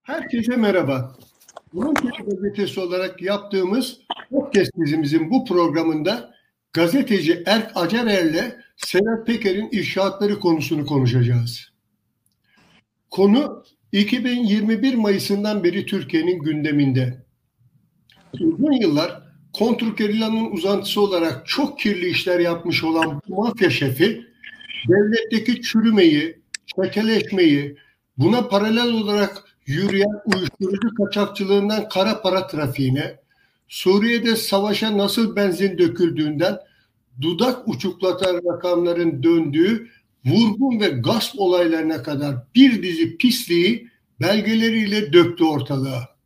Herkese merhaba. Bunun gazetesi olarak yaptığımız podcast dizimizin bu programında gazeteci Erk Acarer'le Sedat Peker'in inşaatları konusunu konuşacağız. Konu 2021 Mayıs'ından beri Türkiye'nin gündeminde. Uzun yıllar kontrgerillanın uzantısı olarak çok kirli işler yapmış olan bu mafya şefi, devletteki çürümeyi, çeteleşmeyi, buna paralel olarak yürüyen uyuşturucu kaçakçılığından kara para trafiğine, Suriye'de savaşa nasıl benzin döküldüğünden dudak uçuklatan rakamların döndüğü vurgun ve gasp olaylarına kadar bir dizi pisliği belgeleriyle döktü ortalığa.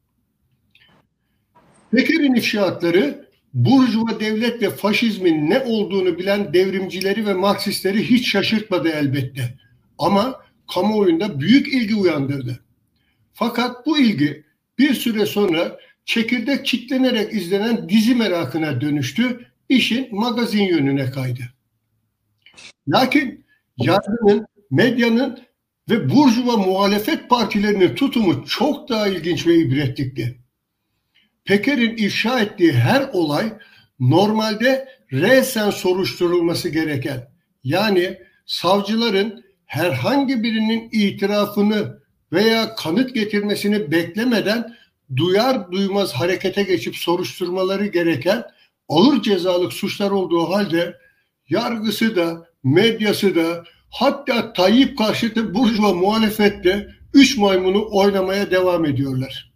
Peker'in ifşaatları Burjuva devlet ve faşizmin ne olduğunu bilen devrimcileri ve Marksistleri hiç şaşırtmadı elbette. Ama kamuoyunda büyük ilgi uyandırdı. Fakat bu ilgi bir süre sonra çekirdek çitlenerek izlenen dizi merakına dönüştü, işin magazin yönüne kaydı. Lakin yargının, medyanın ve Burjuva muhalefet partilerinin tutumu çok daha ilginç ve ibretlikti. Peker'in ifşa ettiği her olay normalde resen soruşturulması gereken, yani savcıların herhangi birinin itirafını veya kanıt getirmesini beklemeden duyar duymaz harekete geçip soruşturmaları gereken ağır cezalık suçlar olduğu halde yargısı da, medyası da, hatta Tayyip karşıtı Burjuva muhalefette üç maymunu oynamaya devam ediyorlar.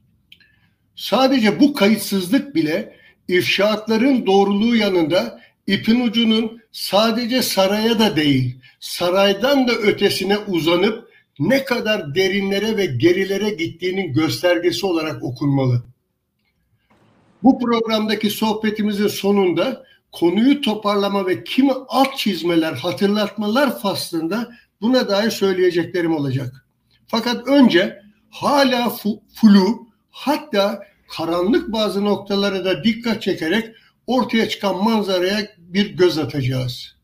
Sadece bu kayıtsızlık bile ifşaatların doğruluğu yanında ipin ucunun sadece saraya da değil, saraydan da ötesine uzanıp ne kadar derinlere ve gerilere gittiğinin göstergesi olarak okunmalı. Bu programdaki sohbetimizin sonunda konuyu toparlama ve kimi alt çizmeler, hatırlatmalar faslında buna dair söyleyeceklerim olacak. Fakat önce hala flu, hatta karanlık bazı noktalara da dikkat çekerek ortaya çıkan manzaraya bir göz atacağız.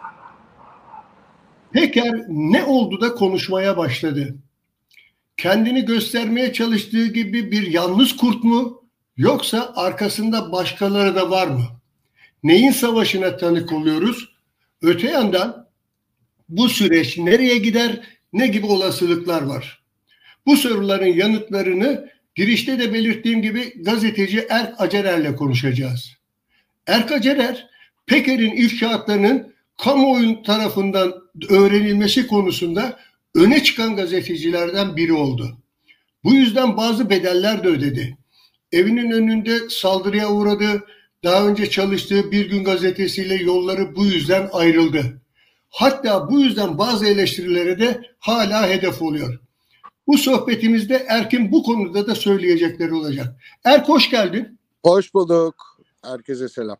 Peker ne oldu da konuşmaya başladı? Kendini göstermeye çalıştığı gibi bir yalnız kurt mu, yoksa arkasında başkaları da var mı? Neyin savaşına tanık oluyoruz? Öte yandan bu süreç nereye gider, ne gibi olasılıklar var? Bu soruların yanıtlarını girişte de belirttiğim gibi gazeteci Erk Acarer'le konuşacağız. Erk Acarer, Peker'in ifşaatlarının kamuoyu tarafından öğrenilmesi konusunda öne çıkan gazetecilerden biri oldu. Bu yüzden bazı bedeller de ödedi. Evinin önünde saldırıya uğradı. Daha önce çalıştığı Bir Gün gazetesiyle yolları bu yüzden ayrıldı. Hatta bu yüzden bazı eleştirilere de hala hedef oluyor. Bu sohbetimizde Erk'in bu konuda da söyleyecekleri olacak. Erk, hoş geldin. Hoş bulduk. Herkese selam.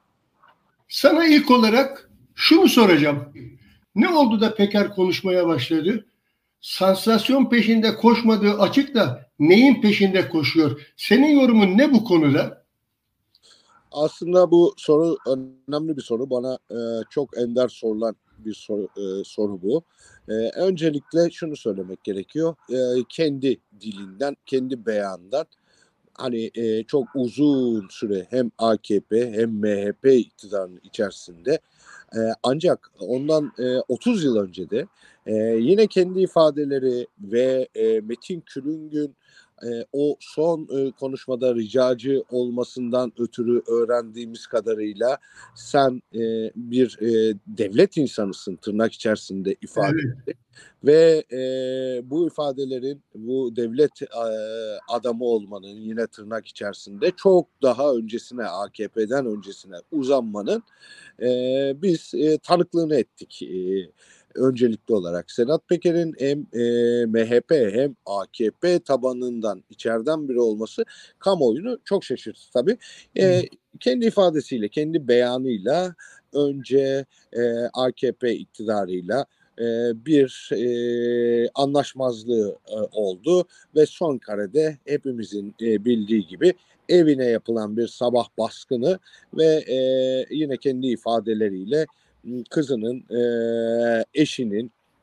Sana ilk olarak şunu soracağım. Ne oldu da Peker konuşmaya başladı? Sansasyon peşinde koşmadığı açık da neyin peşinde koşuyor? Senin yorumun ne bu konuda? Aslında bu soru önemli bir soru. Bana çok ender sorulan bir soru bu. Öncelikle şunu söylemek gerekiyor. Kendi dilinden, kendi beyanından hani çok uzun süre hem AKP hem MHP iktidarının içerisinde ancak ondan 30 yıl önce de yine kendi ifadeleri ve Metin Külüng'ün o son konuşmada ricacı olmasından ötürü öğrendiğimiz kadarıyla sen bir devlet insanısın tırnak içerisinde ifade etti. Ve bu ifadelerin bu devlet adamı olmanın yine tırnak içerisinde çok daha öncesine AKP'den öncesine uzanmanın biz tanıklığını ettik. Öncelikli olarak Sedat Peker'in hem MHP hem AKP tabanından içeriden biri olması kamuoyunu çok şaşırttı tabii. Kendi ifadesiyle, kendi beyanıyla önce AKP iktidarıyla bir anlaşmazlığı oldu ve son karede hepimizin bildiği gibi evine yapılan bir sabah baskını ve yine kendi ifadeleriyle kızının, eşinin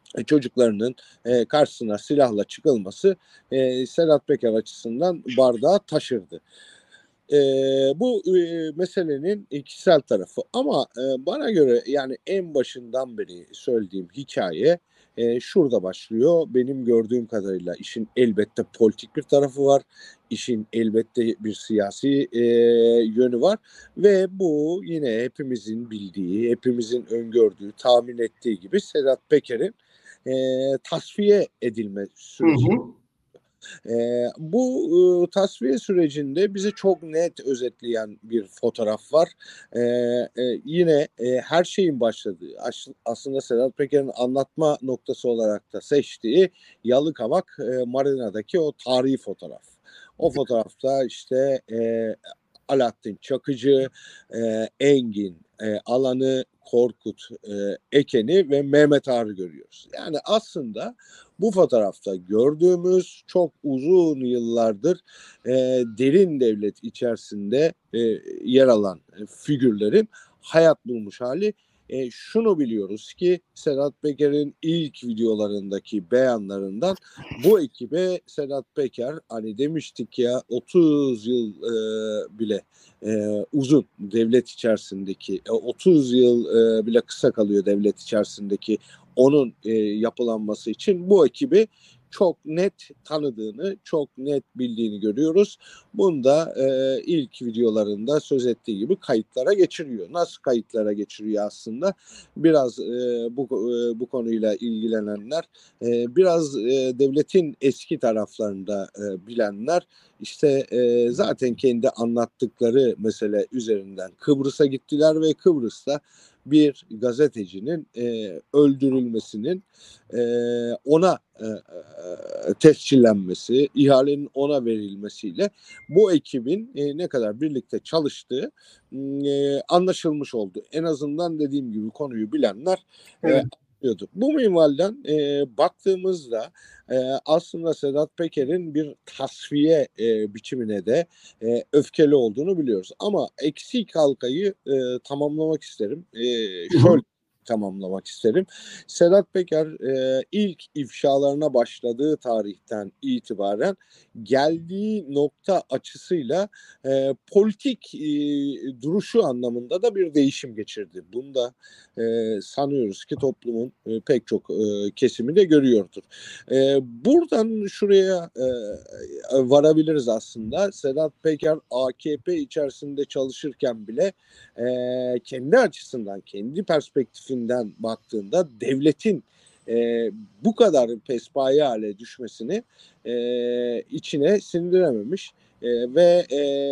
çocuklarının karşısına silahla çıkılması Sedat Peker açısından bardağı taşırdı. Bu meselenin kişisel tarafı ama bana göre yani en başından beri söylediğim hikaye şurada başlıyor. Benim gördüğüm kadarıyla işin elbette politik bir tarafı var. İşin elbette bir siyasi yönü var ve bu yine hepimizin bildiği, hepimizin öngördüğü, tahmin ettiği gibi Sedat Peker'in tasfiye edilme Hı süreci. hı. Bu tasfiye sürecinde bizi çok net özetleyen bir fotoğraf var. Yine her şeyin başladığı, aslında Sedat Peker'in anlatma noktası olarak da seçtiği Yalıkavak Marina'daki o tarihi fotoğraf. O fotoğrafta işte Alaaddin Çakıcı, Engin Alan'ı, Korkut Eken'i ve Mehmet Ağar'ı görüyoruz. Yani aslında bu fotoğrafta gördüğümüz çok uzun yıllardır derin devlet içerisinde yer alan figürlerin hayat bulmuş hali. Şunu biliyoruz ki Sedat Peker'in ilk videolarındaki beyanlarından bu ekibe Sedat Peker hani demiştik ya 30 yıl bile uzun devlet içerisindeki 30 yıl bile kısa kalıyor devlet içerisindeki onun yapılanması için bu ekibi çok net tanıdığını, çok net bildiğini görüyoruz. Bunu da ilk videolarında söz ettiği gibi kayıtlara geçiriyor. Nasıl kayıtlara geçiriyor aslında? Biraz bu konuyla ilgilenenler, biraz devletin eski taraflarında bilenler, işte zaten kendi anlattıkları mesele üzerinden Kıbrıs'a gittiler ve Kıbrıs'ta bir gazetecinin öldürülmesinin ona tescillenmesi, ihalenin ona verilmesiyle bu ekibin ne kadar birlikte çalıştığı anlaşılmış oldu. En azından dediğim gibi konuyu bilenler Evet. anlıyordu. Bu minvalden baktığımızda aslında Sedat Peker'in bir tasfiye biçimine de öfkeli olduğunu biliyoruz. Ama eksik halkayı tamamlamak isterim. Hı hı. Şöyle tamamlamak isterim. Sedat Peker ilk ifşalarına başladığı tarihten itibaren geldiği nokta açısıyla politik duruşu anlamında da bir değişim geçirdi. Bunu da sanıyoruz ki toplumun pek çok kesimi de görüyordur. Buradan şuraya varabiliriz aslında. Sedat Peker AKP içerisinde çalışırken bile kendi açısından, kendi perspektifinden baktığında devletin bu kadar pespaye hale düşmesini içine sindirememiş ve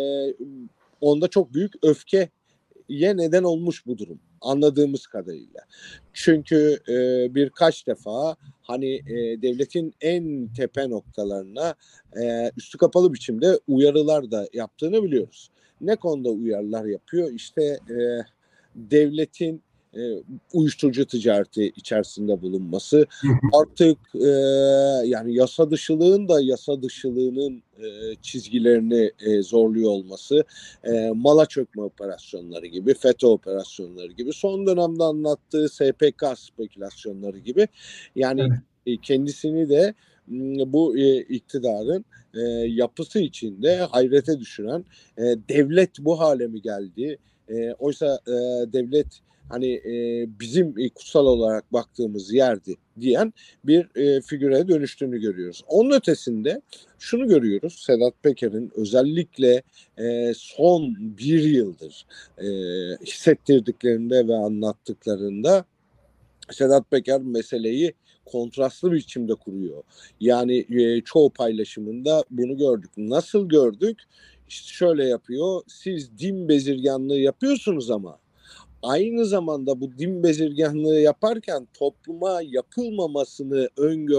onda çok büyük öfkeye neden olmuş bu durum anladığımız kadarıyla. Çünkü birkaç defa hani devletin en tepe noktalarına üstü kapalı biçimde uyarılar da yaptığını biliyoruz. Ne konuda uyarılar yapıyor? İşte devletin uyuşturucu ticareti içerisinde bulunması, Hı hı. artık yani yasa dışılığın da yasa dışılığının çizgilerini zorluyor olması, mala çökme operasyonları gibi, FETÖ operasyonları gibi, son dönemde anlattığı SPK spekülasyonları gibi yani Evet. kendisini de bu iktidarın yapısı içinde hayrete düşüren devlet bu hale mi geldi? Oysa devlet hani bizim kutsal olarak baktığımız yerdi diyen bir figüre dönüştüğünü görüyoruz. Onun ötesinde şunu görüyoruz. Sedat Peker'in özellikle son bir yıldır hissettirdiklerinde ve anlattıklarında Sedat Peker meseleyi kontrastlı bir biçimde kuruyor. Yani çoğu paylaşımında bunu gördük. Nasıl gördük? İşte şöyle yapıyor. Siz din bezirganlığı yapıyorsunuz ama aynı zamanda bu din bezirganlığı yaparken topluma yapılmamasını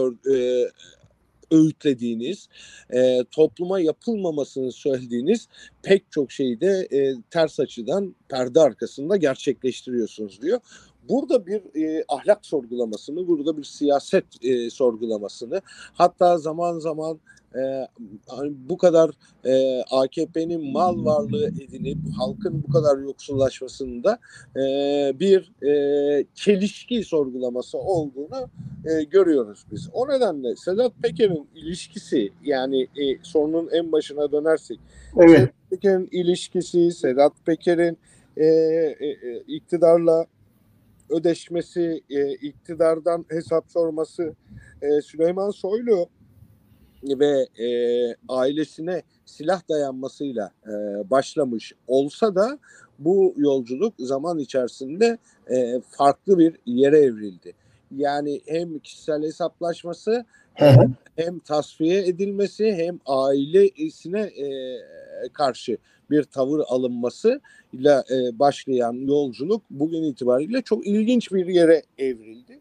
öğütlediğiniz, topluma yapılmamasını söylediğiniz pek çok şeyi de ters açıdan perde arkasında gerçekleştiriyorsunuz diyor. Burada bir ahlak sorgulamasını, burada bir siyaset sorgulamasını, hatta zaman zaman bu kadar AKP'nin mal varlığı edinip halkın bu kadar yoksullaşmasında bir çelişki sorgulaması olduğunu görüyoruz biz. O nedenle Sedat Peker'in ilişkisi, yani sorunun en başına dönersek, Evet. Sedat Peker'in ilişkisi, Sedat Peker'in iktidarla ödeşmesi, iktidardan hesap sorması, Süleyman Soylu ve ailesine silah dayanmasıyla başlamış olsa da bu yolculuk zaman içerisinde farklı bir yere evrildi. Yani hem kişisel hesaplaşması, hem tasfiye edilmesi, hem ailesine karşı bir tavır alınmasıyla başlayan yolculuk bugün itibariyle çok ilginç bir yere evrildi.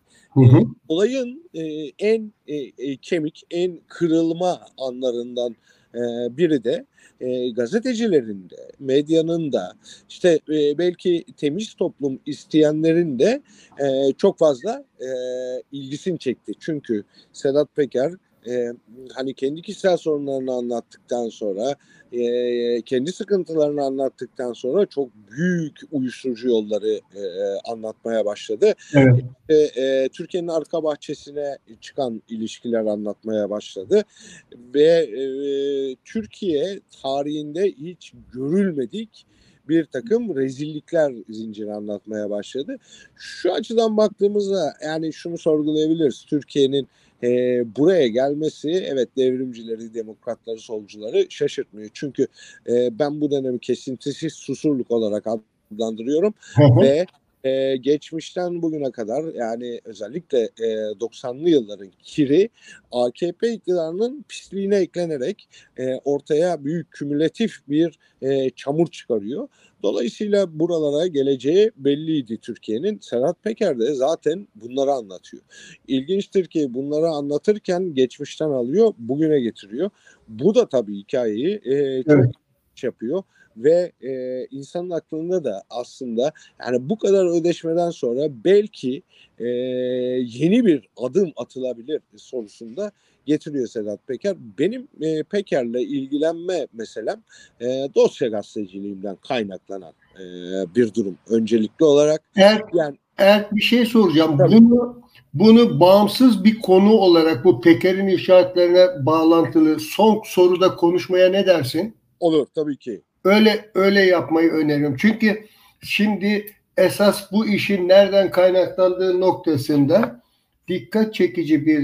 Olayın en kemik, en kırılma anlarından biri de gazetecilerin de, medyanın da, işte belki temiz toplum isteyenlerin de çok fazla ilgisini çekti. Çünkü Sedat Peker hani kendi kişisel sorunlarını anlattıktan sonra, kendi sıkıntılarını anlattıktan sonra çok büyük uyuşturucu yolları anlatmaya başladı. Evet. Türkiye'nin arka bahçesine çıkan ilişkiler anlatmaya başladı ve Türkiye tarihinde hiç görülmedik bir takım rezillikler zinciri anlatmaya başladı. Şu açıdan baktığımızda yani şunu sorgulayabiliriz. Türkiye'nin buraya gelmesi, evet, devrimcileri, demokratları, solcuları şaşırtmıyor. Çünkü ben bu dönemi kesintisiz susurluk olarak adlandırıyorum ve geçmişten bugüne kadar, yani özellikle 90'lı yılların kiri AKP iktidarının pisliğine eklenerek ortaya büyük kümülatif bir çamur çıkarıyor. Dolayısıyla buralara geleceği belliydi Türkiye'nin. Sedat Peker de zaten bunları anlatıyor. İlginçtir ki bunları anlatırken geçmişten alıyor, bugüne getiriyor. Bu da tabii hikayeyi çok yapıyor ve insanın aklında da aslında yani bu kadar ödeşmeden sonra belki yeni bir adım atılabilir sorusunda getiriyor Sedat Peker. Benim Peker'le ilgilenme meselem dosya gazeteciliğimden kaynaklanan bir durum öncelikli olarak. Bir şey soracağım. Tabii. Bunu bağımsız bir konu olarak bu Peker'in işaretlerine bağlantılı son soruda konuşmaya ne dersin? Olur tabii ki. Öyle yapmayı öneriyorum. Çünkü şimdi esas bu işin nereden kaynaklandığı noktasında dikkat çekici bir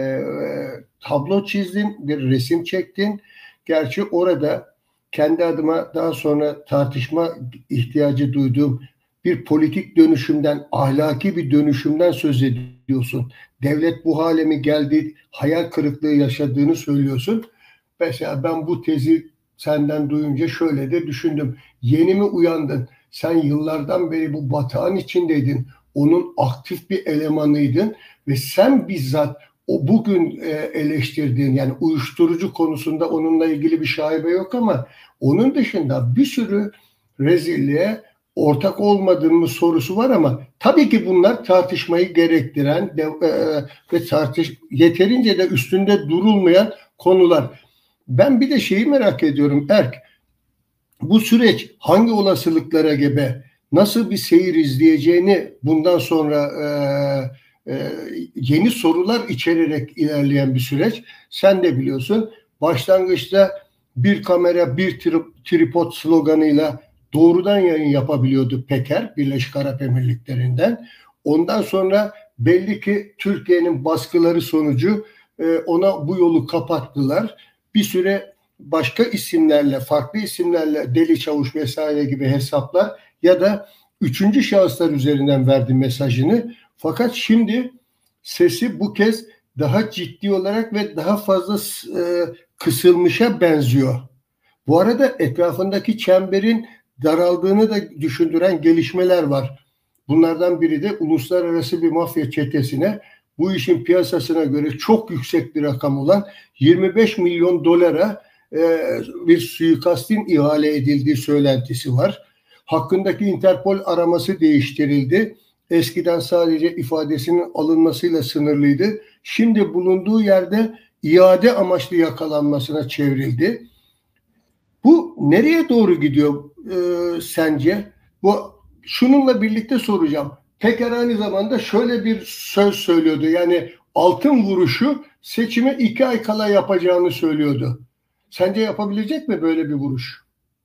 tablo çizdin, bir resim çektin. Gerçi orada kendi adıma daha sonra tartışma ihtiyacı duyduğum bir politik dönüşümden, ahlaki bir dönüşümden söz ediyorsun. Devlet bu hale mi geldi, hayal kırıklığı yaşadığını söylüyorsun. Mesela ben bu tezi senden duyunca şöyle de düşündüm. Yeni mi uyandın? Sen yıllardan beri bu batağın içindeydin. Onun aktif bir elemanıydın ve sen bizzat o bugün eleştirdiğin, yani uyuşturucu konusunda onunla ilgili bir şaibe yok ama onun dışında bir sürü rezilliğe ortak olmadığın mı sorusu var ama tabii ki bunlar tartışmayı gerektiren ve yeterince de üstünde durulmayan konular. Ben bir de şeyi merak ediyorum Erk. Bu süreç hangi olasılıklara gebe, nasıl bir seyir izleyeceğini bundan sonra yeni sorular içererek ilerleyen bir süreç. Sen de biliyorsun, başlangıçta bir kamera bir tripod sloganıyla doğrudan yayın yapabiliyordu Peker Birleşik Arap Emirlikleri'nden. Ondan sonra belli ki Türkiye'nin baskıları sonucu ona bu yolu kapattılar. Bir süre başka isimlerle, farklı isimlerle Deli Çavuş vesaire gibi hesaplar ya da üçüncü şahıslar üzerinden verdi mesajını. Fakat şimdi sesi bu kez daha ciddi olarak ve daha fazla kısılmışa benziyor. Bu arada etrafındaki çemberin daraldığını da düşündüren gelişmeler var. Bunlardan biri de uluslararası bir mafya çetesine bu işin piyasasına göre çok yüksek bir rakam olan 25 milyon dolara bir suikastin ihale edildiği söylentisi var. Hakkındaki Interpol araması değiştirildi. Eskiden sadece ifadesinin alınmasıyla sınırlıydı. Şimdi bulunduğu yerde iade amaçlı yakalanmasına çevrildi. Bu nereye doğru gidiyor sence? Şununla birlikte soracağım. Peker aynı zamanda şöyle bir söz söylüyordu. Yani altın vuruşu seçime 2 ay kala yapacağını söylüyordu. Sence yapabilecek mi böyle bir vuruş?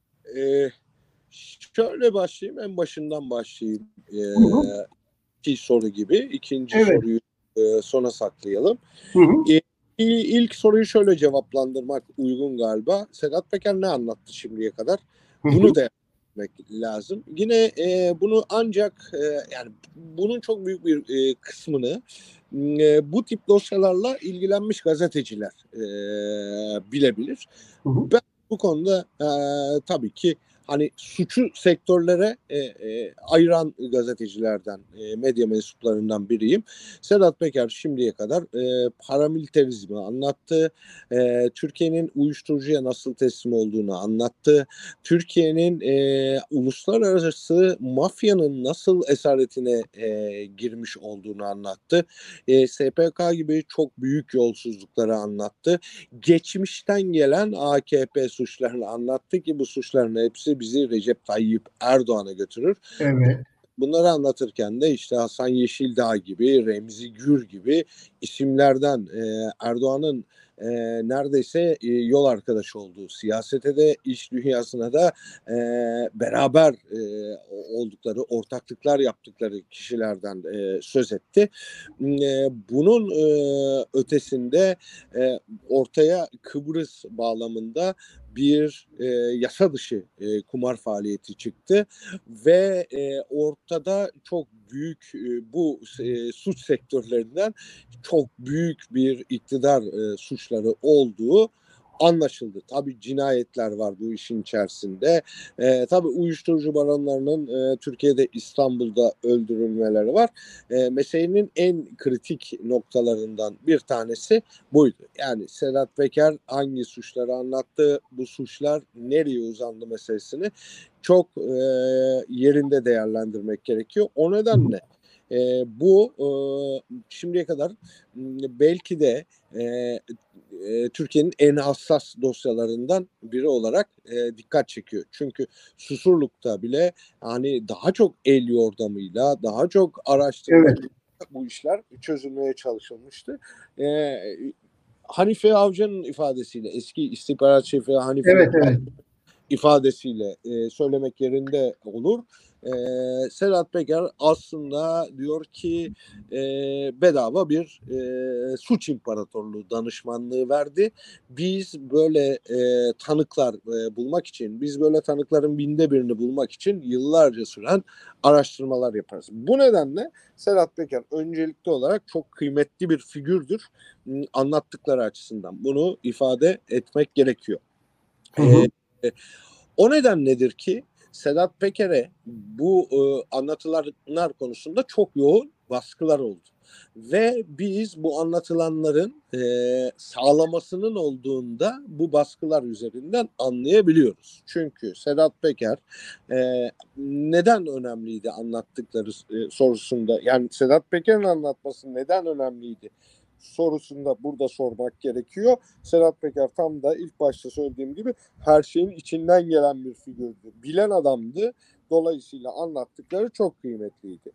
Şöyle başlayayım, en başından başlayayım. Hı hı. İki soru gibi. İkinci Evet. soruyu sona saklayalım. Hı hı. İlk soruyu şöyle cevaplandırmak uygun galiba. Sedat Peker ne anlattı şimdiye kadar? Hı hı. Bunu da yapmak lazım. Yine bunu ancak yani bunun çok büyük bir kısmını bu tip dosyalarla ilgilenmiş gazeteciler bilebilir. Hı hı. Ben bu konuda tabii ki hani suçu sektörlere ayıran gazetecilerden, medya mensuplarından biriyim. Sedat Peker şimdiye kadar paramilitarizmi anlattı. Türkiye'nin uyuşturucuya nasıl teslim olduğunu anlattı. Türkiye'nin uluslararası mafyanın nasıl esaretine girmiş olduğunu anlattı. SPK gibi çok büyük yolsuzlukları anlattı. Geçmişten gelen AKP suçlarını anlattı ki bu suçların hepsi bizi Recep Tayyip Erdoğan'a götürür. Evet. Bunları anlatırken de işte Hasan Yeşildağ gibi, Remzi Gür gibi isimlerden Erdoğan'ın neredeyse yol arkadaşı olduğu, siyasete de iş dünyasına da beraber oldukları, ortaklıklar yaptıkları kişilerden söz etti. Bunun ötesinde ortaya Kıbrıs bağlamında bir yasa dışı kumar faaliyeti çıktı ve ortada çok büyük bu suç sektörlerinden çok büyük bir iktidar suçları olduğu anlaşıldı. Tabii cinayetler var bu işin içerisinde. Tabii uyuşturucu baronlarının Türkiye'de, İstanbul'da öldürülmeleri var. Meselenin en kritik noktalarından bir tanesi buydu. Yani Sedat Peker hangi suçları anlattı, bu suçlar nereye uzandı meselesini çok yerinde değerlendirmek gerekiyor. O Hı hı. nedenle bu şimdiye kadar belki de Türkiye'nin en hassas dosyalarından biri olarak dikkat çekiyor. Çünkü Susurluk'ta bile hani daha çok el yordamıyla, daha çok araştırma Evet. bu işler çözülmeye çalışılmıştı. Hanife Avcı'nın ifadesiyle, eski istihbarat şefi Hanife Evet, evet. ifadesiyle söylemek yerinde olur. Sedat Peker aslında diyor ki bedava bir suç imparatorluğu danışmanlığı verdi. Biz böyle tanıklar bulmak için, biz böyle tanıkların binde birini bulmak için yıllarca süren araştırmalar yaparız. Bu nedenle Sedat Peker öncelikli olarak çok kıymetli bir figürdür. Anlattıkları açısından bunu ifade etmek gerekiyor. Hı E, hı. O neden nedir ki Sedat Peker'e bu anlatılanlar konusunda çok yoğun baskılar oldu. Ve biz bu anlatılanların sağlamasının olduğunda bu baskılar üzerinden anlayabiliyoruz. Çünkü Sedat Peker neden önemliydi anlattıkları sorusunda, yani Sedat Peker'in anlatması neden önemliydi sorusunda burada sormak gerekiyor. Sedat Peker tam da ilk başta söylediğim gibi her şeyin içinden gelen bir figürdü. Bilen adamdı. Dolayısıyla anlattıkları çok kıymetliydi.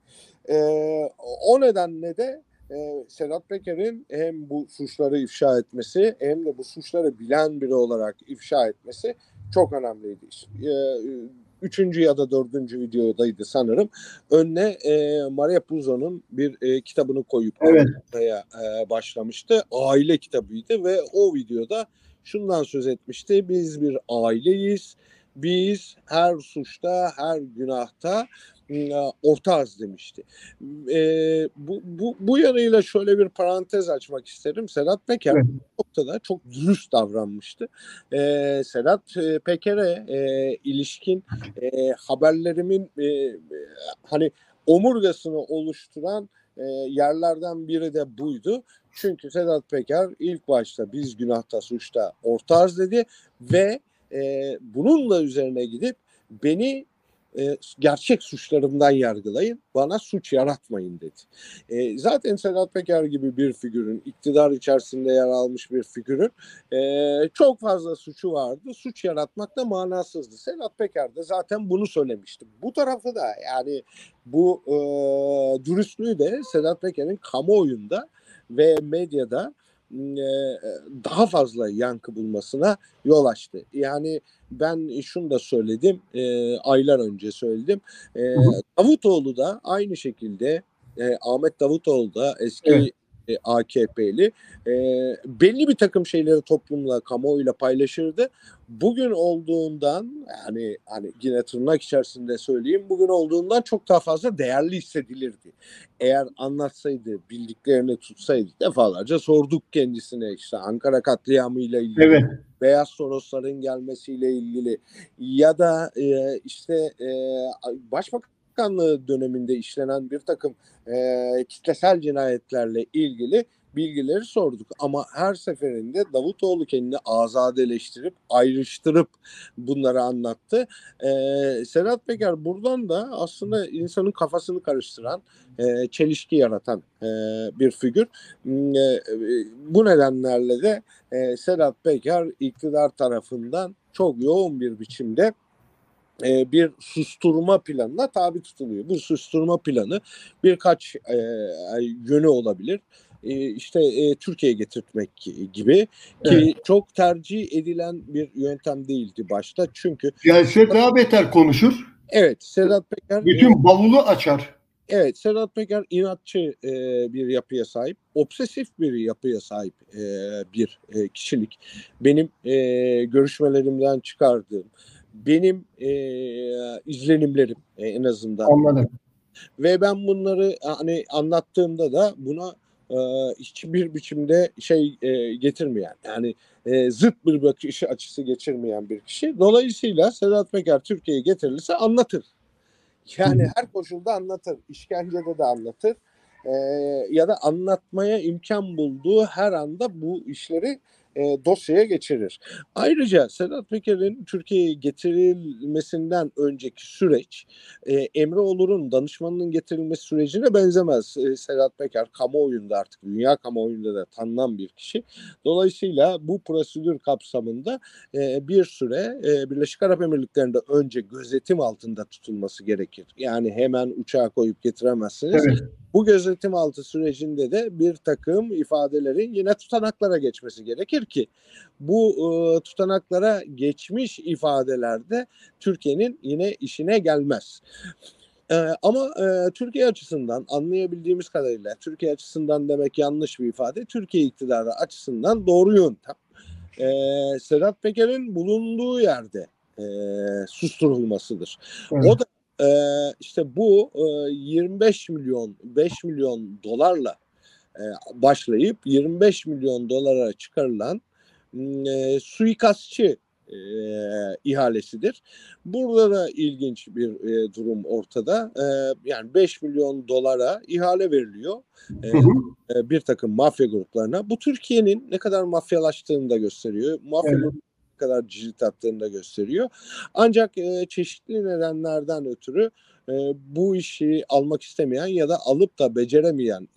O nedenle de Sedat Peker'in hem bu suçları ifşa etmesi hem de bu suçları bilen biri olarak ifşa etmesi çok önemliydi. Üçüncü ya da dördüncü videodaydı sanırım. Önüne Maria Puzo'nun bir kitabını koyup Evet. anlatmaya başlamıştı. Aile kitabıydı ve o videoda şundan söz etmişti. Biz bir aileyiz. Biz her suçta, her günahta ortağız demişti. Bu yanıyla şöyle bir parantez açmak isterim. Sedat Peker Evet. bu noktada çok dürüst davranmıştı. Sedat Peker'e ilişkin haberlerimin hani omurgasını oluşturan yerlerden biri de buydu. Çünkü Sedat Peker ilk başta biz günahta suçta ortağız dedi ve bununla üzerine gidip beni gerçek suçlarımdan yargılayın, bana suç yaratmayın dedi. Zaten Sedat Peker gibi bir figürün, iktidar içerisinde yer almış bir figürün çok fazla suçu vardı. Suç yaratmak da manasızdı. Sedat Peker de zaten bunu söylemişti. Bu tarafı da, yani bu dürüstlüğü de Sedat Peker'in kamuoyunda ve medyada daha fazla yankı bulmasına yol açtı. Yani ben şunu da söyledim, aylar önce söyledim. Hı hı. Davutoğlu da aynı şekilde, Ahmet Davutoğlu da Evet. eski AKP'li, belli bir takım şeyleri toplumla, kamuoyuyla paylaşırdı. Bugün olduğundan, yani hani yine tırnak içerisinde söyleyeyim, bugün olduğundan çok daha fazla değerli hissedilirdi. Eğer anlatsaydı, bildiklerini tutsaydı, defalarca sorduk kendisine, işte Ankara katliamıyla ilgili, Evet. Beyaz Torosların gelmesiyle ilgili ya da Başbakanlığı döneminde işlenen bir takım kitlesel cinayetlerle ilgili bilgileri sorduk. Ama her seferinde Davutoğlu kendini azadeleştirip, ayrıştırıp bunları anlattı. Sedat Peker buradan da aslında insanın kafasını karıştıran, çelişki yaratan bir figür. Bu nedenlerle de Sedat Peker iktidar tarafından çok yoğun bir biçimde bir susturma planına tabi tutuluyor. Bu susturma planı birkaç yönü olabilir. Türkiye'ye getirtmek gibi, Evet. ki çok tercih edilen bir yöntem değildi başta. Çünkü Gelse daha beter konuşur. evet, Sedat Peker Bütün bavulu açar. inatçı bir yapıya sahip, obsesif bir yapıya sahip bir kişilik. Benim görüşmelerimden çıkardığım, benim izlenimlerim en azından. Anladım. Ve ben bunları hani anlattığımda da buna hiçbir biçimde getirmeyen, yani zıt bir bakış açısı geçirmeyen bir kişi. Dolayısıyla Sedat Peker Türkiye'ye getirilirse anlatır. Hı Yani hı. her koşulda anlatır. İşkencede de anlatır. Ee, Ya da anlatmaya imkan bulduğu her anda bu işleri dosyaya geçirir. Ayrıca Sedat Peker'in Türkiye'ye getirilmesinden önceki süreç, Emre Olur'un danışmanının getirilmesi sürecine benzemez. Sedat Peker kamuoyunda, artık dünya kamuoyunda da tanınan bir kişi. Dolayısıyla bu prosedür kapsamında bir süre Birleşik Arap Emirlikleri'nde önce gözetim altında tutulması gerekir. Yani hemen uçağa koyup getiremezsiniz. Evet. Bu gözetim altı sürecinde de bir takım ifadelerin yine tutanaklara geçmesi gerekir ki bu tutanaklara geçmiş ifadelerde Türkiye'nin yine işine gelmez. Ama Türkiye açısından, anlayabildiğimiz kadarıyla, Türkiye açısından demek yanlış bir ifade, Türkiye iktidarı açısından doğru yöntem Sedat Peker'in bulunduğu yerde susturulmasıdır. Evet. O da işte bu 25 milyon, 5 milyon dolarla başlayıp 25 milyon dolara çıkarılan suikastçı ihalesidir. Burada da ilginç bir durum ortada. Yani 5 milyon dolara ihale veriliyor Hı hı. bir takım mafya gruplarına. Bu Türkiye'nin ne kadar mafyalaştığını da gösteriyor. Mafya Evet. grupları ne kadar cirit attığını da gösteriyor. Ancak çeşitli nedenlerden ötürü bu işi almak istemeyen ya da alıp da beceremeyen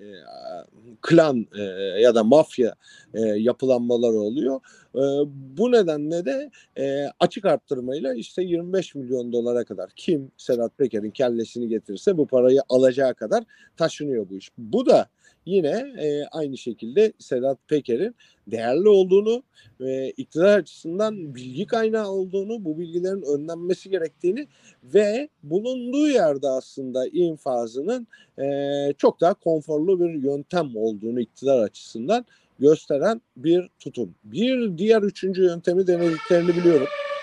klan ya da mafya yapılanmaları oluyor. Bu nedenle de açık arttırmayla işte 25 milyon dolara kadar, kim Sedat Peker'in kellesini getirirse bu parayı alacağı kadar taşınıyor bu iş. Bu da yine aynı şekilde Sedat Peker'in değerli olduğunu, iktidar açısından bilgi kaynağı olduğunu, bu bilgilerin önlenmesi gerektiğini ve bulunduğu yerde aslında infazının çok daha konforlu bir yöntem olduğunu iktidar açısından gösteren bir tutum. Bir diğer üçüncü yöntemi denediklerini biliyorum.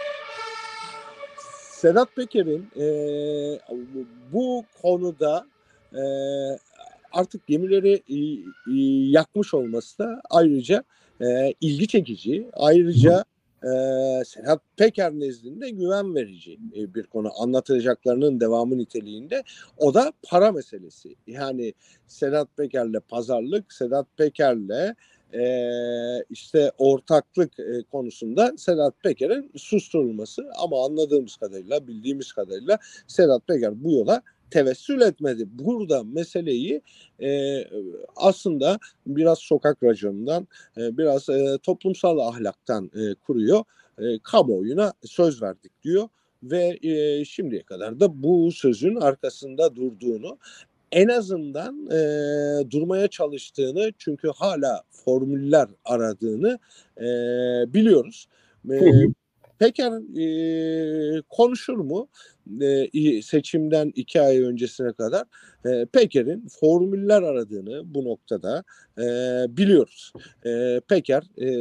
Sedat Peker'in bu konuda e, artık gemileri yakmış olması da ayrıca ilgi çekici. Ayrıca Sedat Peker nezdinde güven verici bir konu. Anlatacaklarının devamı niteliğinde. O da para meselesi. Yani Sedat Peker'le pazarlık, Sedat Peker'le işte ortaklık konusunda Sedat Peker'in susturulması, ama anladığımız kadarıyla, bildiğimiz kadarıyla Sedat Peker bu yola tevessül etmedi. Burada meseleyi aslında biraz sokak raconundan, biraz toplumsal ahlaktan kuruyor. Kamuoyuna söz verdik diyor ve şimdiye kadar da bu sözün arkasında durduğunu, en azından durmaya çalıştığını, çünkü hala formüller aradığını biliyoruz. Hı hı. Peker konuşur mu? Seçimden 2 ay öncesine kadar Peker'in formüller aradığını bu noktada biliyoruz. Peker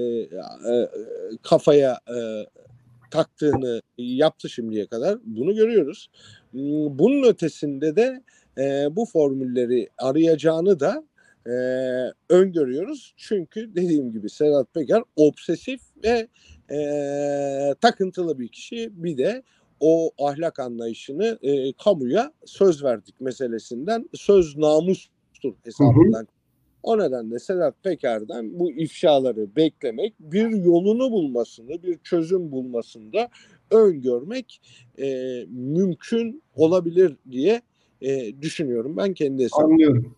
kafaya taktığını yaptı şimdiye kadar. Bunu görüyoruz. Bunun ötesinde de bu formülleri arayacağını da öngörüyoruz. Çünkü dediğim gibi Sedat Peker obsesif ve takıntılı bir kişi. Bir de o ahlak anlayışını kamuya söz verdik meselesinden, söz namustur Hı hı. hesabından. O nedenle Sedat Peker'den bu ifşaları beklemek, bir yolunu bulmasını, bir çözüm bulmasını da öngörmek mümkün olabilir diye düşünüyorum ben kendi hesabım. Anlıyorum.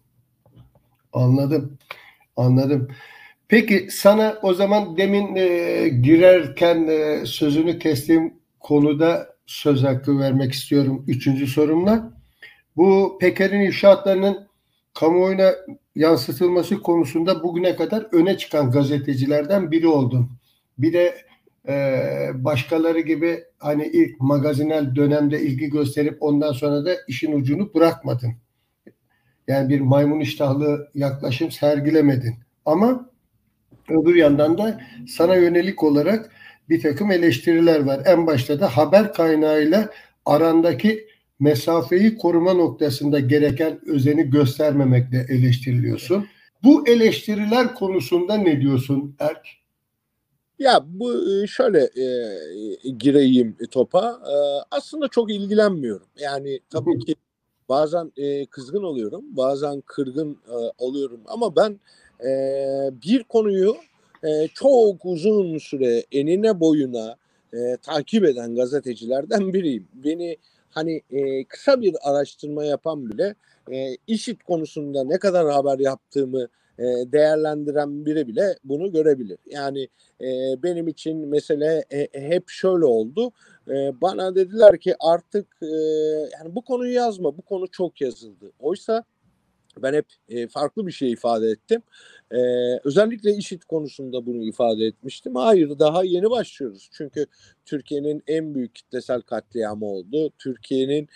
Anladım. Anladım. Peki sana o zaman demin girerken sözünü kestiğim konuda söz hakkı vermek istiyorum üçüncü sorumla. Bu Peker'in ifşaatlarının kamuoyuna yansıtılması konusunda bugüne kadar öne çıkan gazetecilerden biri oldun. Bir de başkaları gibi hani ilk magazinel dönemde ilgi gösterip ondan sonra da işin ucunu bırakmadın. Yani bir maymun iştahlı yaklaşım sergilemedin. Ama öbür yandan da sana yönelik olarak bir takım eleştiriler var. En başta da haber kaynağıyla arandaki mesafeyi koruma noktasında gereken özeni göstermemekle eleştiriliyorsun. Bu eleştiriler konusunda ne diyorsun Erk? Ya bu şöyle gireyim topa. Aslında çok ilgilenmiyorum. Yani tabii ki bazen kızgın oluyorum, bazen kırgın oluyorum. Ama ben bir konuyu çok uzun süre enine boyuna takip eden gazetecilerden biriyim. Beni hani kısa bir araştırma yapan bile IŞİD konusunda ne kadar haber yaptığımı değerlendiren biri bile bunu görebilir. Yani benim için mesele hep şöyle oldu. Bana dediler ki artık yani bu konuyu yazma, bu konu çok yazıldı. Oysa ben hep farklı bir şey ifade ettim. Özellikle IŞİD konusunda bunu ifade etmiştim. Hayır, daha yeni başlıyoruz. Çünkü Türkiye'nin en büyük kitlesel katliamı oldu. Türkiye'nin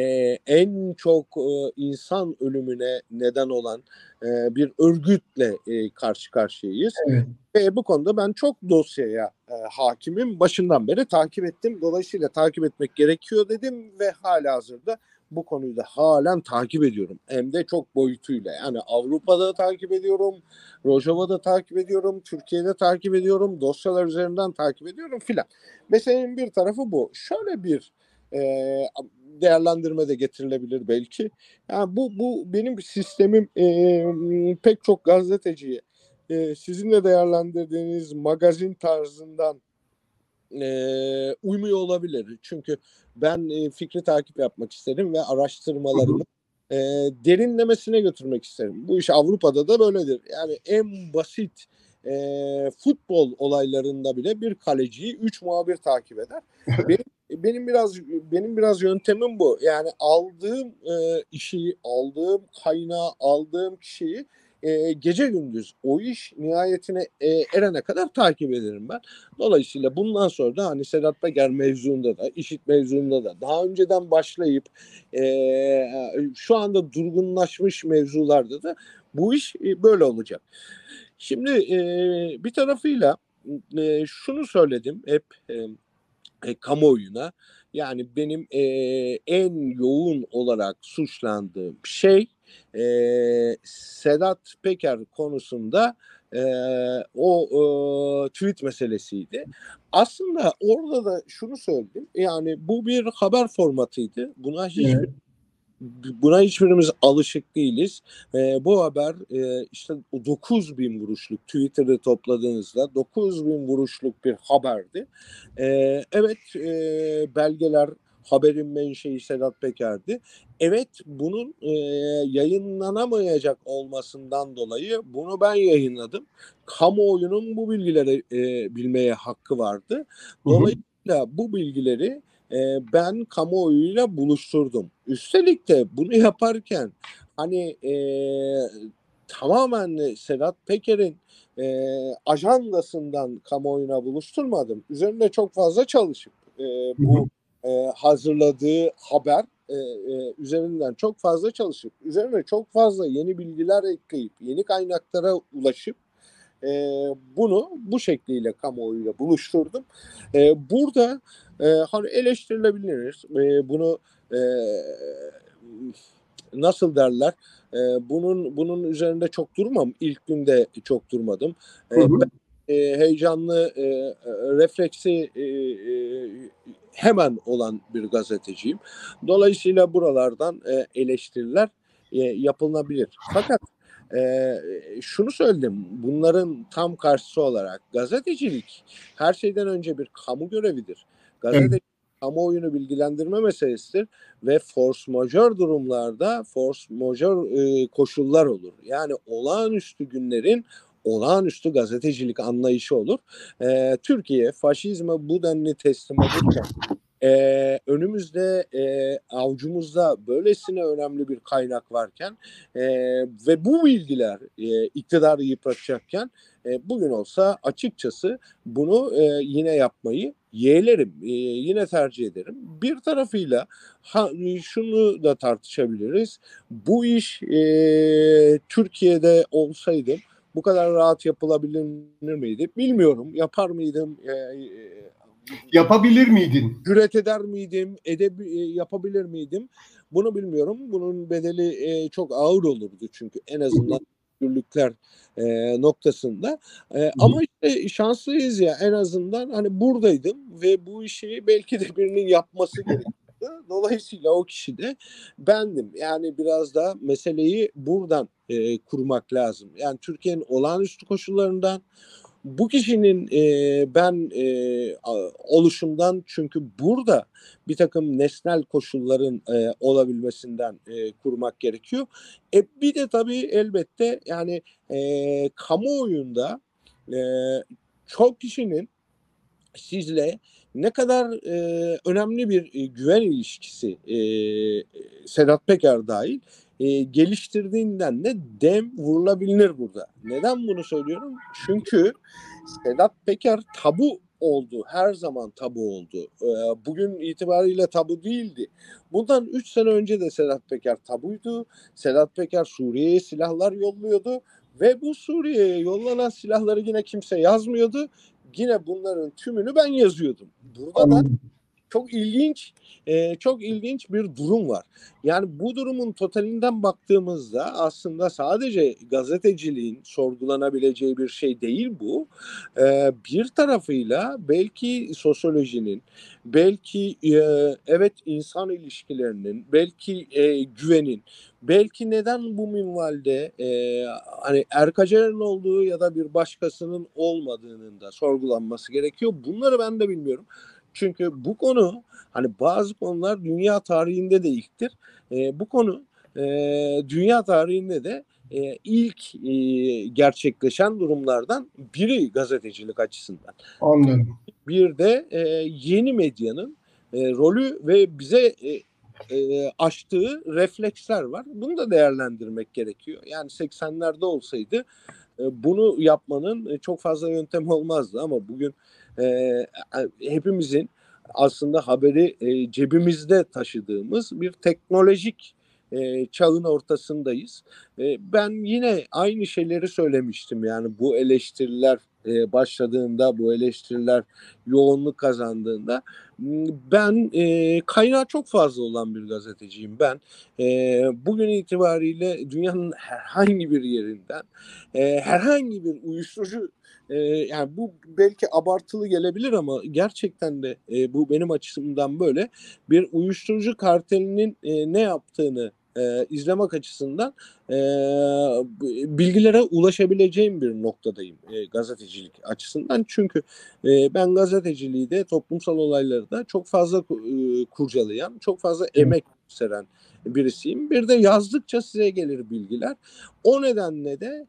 en çok insan ölümüne neden olan bir örgütle karşı karşıyayız. Evet. Ve bu konuda ben çok dosyaya hakimim. Başından beri takip ettim. Dolayısıyla takip etmek gerekiyor dedim ve halihazırda bu konuyu da halen takip ediyorum. Hem de çok boyutuyla. Yani Avrupa'da takip ediyorum, Rojava'da takip ediyorum, Türkiye'de takip ediyorum, dosyalar üzerinden takip ediyorum filan. Meselenin bir tarafı bu. Şöyle bir e, değerlendirme de getirilebilir belki. Yani bu benim sistemim pek çok gazeteciye sizin de değerlendirdiğiniz magazin tarzından uymuyor olabilir. Çünkü ben fikri takip yapmak isterim ve Hı hı. araştırmalarımı derinlemesine götürmek isterim. Bu iş Avrupa'da da böyledir. Yani en basit futbol olaylarında bile bir kaleciyi 3 muhabir takip eder. Benim biraz yöntemim bu. Yani aldığım işi, aldığım kaynağı, aldığım kişiyi gece gündüz o iş nihayetine erene kadar takip ederim ben. Dolayısıyla bundan sonra da hani Sedat Peker mevzuunda da, IŞİD mevzuunda da daha önceden başlayıp şu anda durgunlaşmış mevzularda da bu iş böyle olacak. Şimdi bir tarafıyla şunu söyledim hep kamuoyuna. Yani benim en yoğun olarak suçlandığım şey Sedat Peker konusunda e, o tweet meselesiydi. Aslında orada da şunu söyledim. Yani bu bir haber formatıydı. Buna hiçbir Evet. buna hiçbirimiz alışık değiliz. Bu haber işte 9.000 vuruşluk, Twitter'da topladığınızda 9.000 vuruşluk bir haberdi. Evet, belgeler, haberin menşei Sedat Peker'di. Evet, bunun yayınlanamayacak olmasından dolayı bunu ben yayınladım. Kamuoyunun bu bilgileri bilmeye hakkı vardı. Dolayısıyla bu bilgileri ben kamuoyuyla buluşturdum. Üstelik de bunu yaparken hani tamamen Sedat Peker'in ajandasından kamuoyuna buluşturmadım. Üzerinde çok fazla çalışıp bu hazırladığı haber üzerinden çok fazla çalışıp, üzerine çok fazla yeni bilgiler ekleyip, yeni kaynaklara ulaşıp bunu bu şekliyle kamuoyuyla buluşturdum. Burada hani eleştirilebilir. Bunu nasıl derler? Bunun üzerinde çok durmam. İlk günde çok durmadım. Ben heyecanlı, refleksi hemen olan bir gazeteciyim. Dolayısıyla buralardan eleştiriler yapılabilir. Fakat şunu söyledim, bunların tam karşısı olarak gazetecilik her şeyden önce bir kamu görevidir. Gazetecilik kamuoyunu bilgilendirme meselesidir ve force majeure durumlarda force majeure koşullar olur. Yani olağanüstü günlerin olağanüstü gazetecilik anlayışı olur. Türkiye faşizme bu denli teslim olurken önümüzde avucumuzda böylesine önemli bir kaynak varken ve bu bilgiler iktidarı yıpratacakken bugün olsa açıkçası bunu yine yapmayı yeğlerim, yine tercih ederim. Bir tarafıyla şunu da tartışabiliriz. Bu iş Türkiye'de olsaydı bu kadar rahat yapılabilir miydi? Bilmiyorum. Yapar mıydım? Yapabilir miydin? Cüret eder miydim? Yapabilir miydim? Bunu bilmiyorum. Bunun bedeli çok ağır olurdu çünkü en azından özgürlükler noktasında. Ama işte şanslıyız ya, en azından hani buradaydım ve bu işi belki de birinin yapması gerekiyordu. Dolayısıyla o kişi de bendim. Yani biraz da meseleyi buradan kurmak lazım. Yani Türkiye'nin olağanüstü koşullarından, bu kişinin ben oluşumdan, çünkü burada bir takım nesnel koşulların olabilmesinden kurmak gerekiyor. Bir de tabii elbette yani kamuoyunda e, çok kişinin sizle ne kadar önemli bir güven ilişkisi Sedat Peker dahil geliştirdiğinden de dem vurulabilir burada. Neden bunu söylüyorum? Çünkü Sedat Peker tabu oldu. Her zaman tabu oldu. Bugün itibariyle tabu değildi. Bundan 3 sene önce de Sedat Peker tabuydu. Sedat Peker Suriye'ye silahlar yolluyordu ve bu Suriye'ye yollanan silahları yine kimse yazmıyordu. Yine bunların tümünü ben yazıyordum. Burada da çok ilginç bir durum var. Yani bu durumun totalinden baktığımızda aslında sadece gazeteciliğin sorgulanabileceği bir şey değil bu. Bir tarafıyla belki sosyolojinin, belki evet insan ilişkilerinin, belki güvenin, belki neden bu minvalde hani Erkacer'in olduğu ya da bir başkasının olmadığının da sorgulanması gerekiyor. Bunları ben de bilmiyorum. Çünkü bu konu, hani bazı konular dünya tarihinde de ilktir. Bu konu dünya tarihinde de ilk gerçekleşen durumlardan biri gazetecilik açısından. Anladım. Bir de yeni medyanın rolü ve bize açtığı refleksler var. Bunu da değerlendirmek gerekiyor. Yani 80'lerde olsaydı bunu yapmanın çok fazla yöntem olmazdı ama bugün hepimizin aslında haberi cebimizde taşıdığımız bir teknolojik çağın ortasındayız. Ben yine aynı şeyleri söylemiştim. Yani bu eleştiriler başladığında, bu eleştiriler yoğunluk kazandığında ben kaynağı çok fazla olan bir gazeteciyim. Ben bugün itibariyle dünyanın herhangi bir yerinden herhangi bir uyuşturucu, yani bu belki abartılı gelebilir ama gerçekten de bu benim açımdan böyle bir uyuşturucu kartelinin ne yaptığını izlemek açısından bilgilere ulaşabileceğim bir noktadayım gazetecilik açısından. Çünkü ben gazeteciliği de toplumsal olayları da çok fazla kurcalayan, çok fazla emek gösteren birisiyim. Bir de yazdıkça size gelir bilgiler. O nedenle de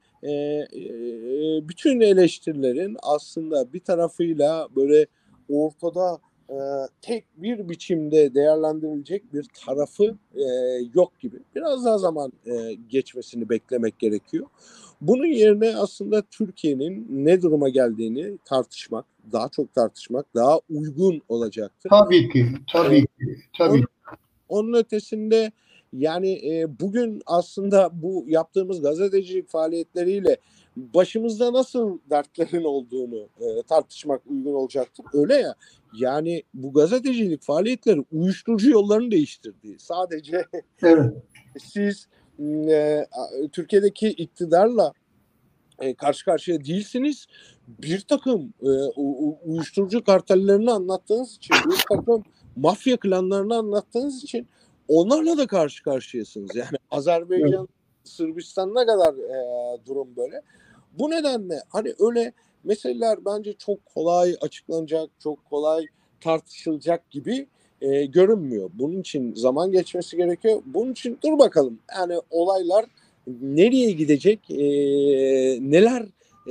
bütün eleştirilerin aslında bir tarafıyla böyle ortada tek bir biçimde değerlendirilecek bir tarafı yok gibi. Biraz daha zaman geçmesini beklemek gerekiyor. Bunun yerine aslında Türkiye'nin ne duruma geldiğini tartışmak, daha çok tartışmak daha uygun olacaktır. Tabii ki, tabii ki, tabii. Onun ötesinde yani bugün aslında bu yaptığımız gazetecilik faaliyetleriyle başımızda nasıl dertlerin olduğunu tartışmak uygun olacaktır. Öyle ya, yani bu gazetecilik faaliyetleri uyuşturucu yollarını değiştirdi. Sadece Evet. siz Türkiye'deki iktidarla karşı karşıya değilsiniz. Bir takım uyuşturucu kartellerini anlattığınız için, bir takım mafya klanlarını anlattığınız için onlarla da karşı karşıyasınız. Yani Azerbaycan, Sırbistan'a kadar durum böyle. Bu nedenle hani öyle meseleler bence çok kolay açıklanacak, çok kolay tartışılacak gibi görünmüyor. Bunun için zaman geçmesi gerekiyor. Bunun için dur bakalım. Yani olaylar nereye gidecek, neler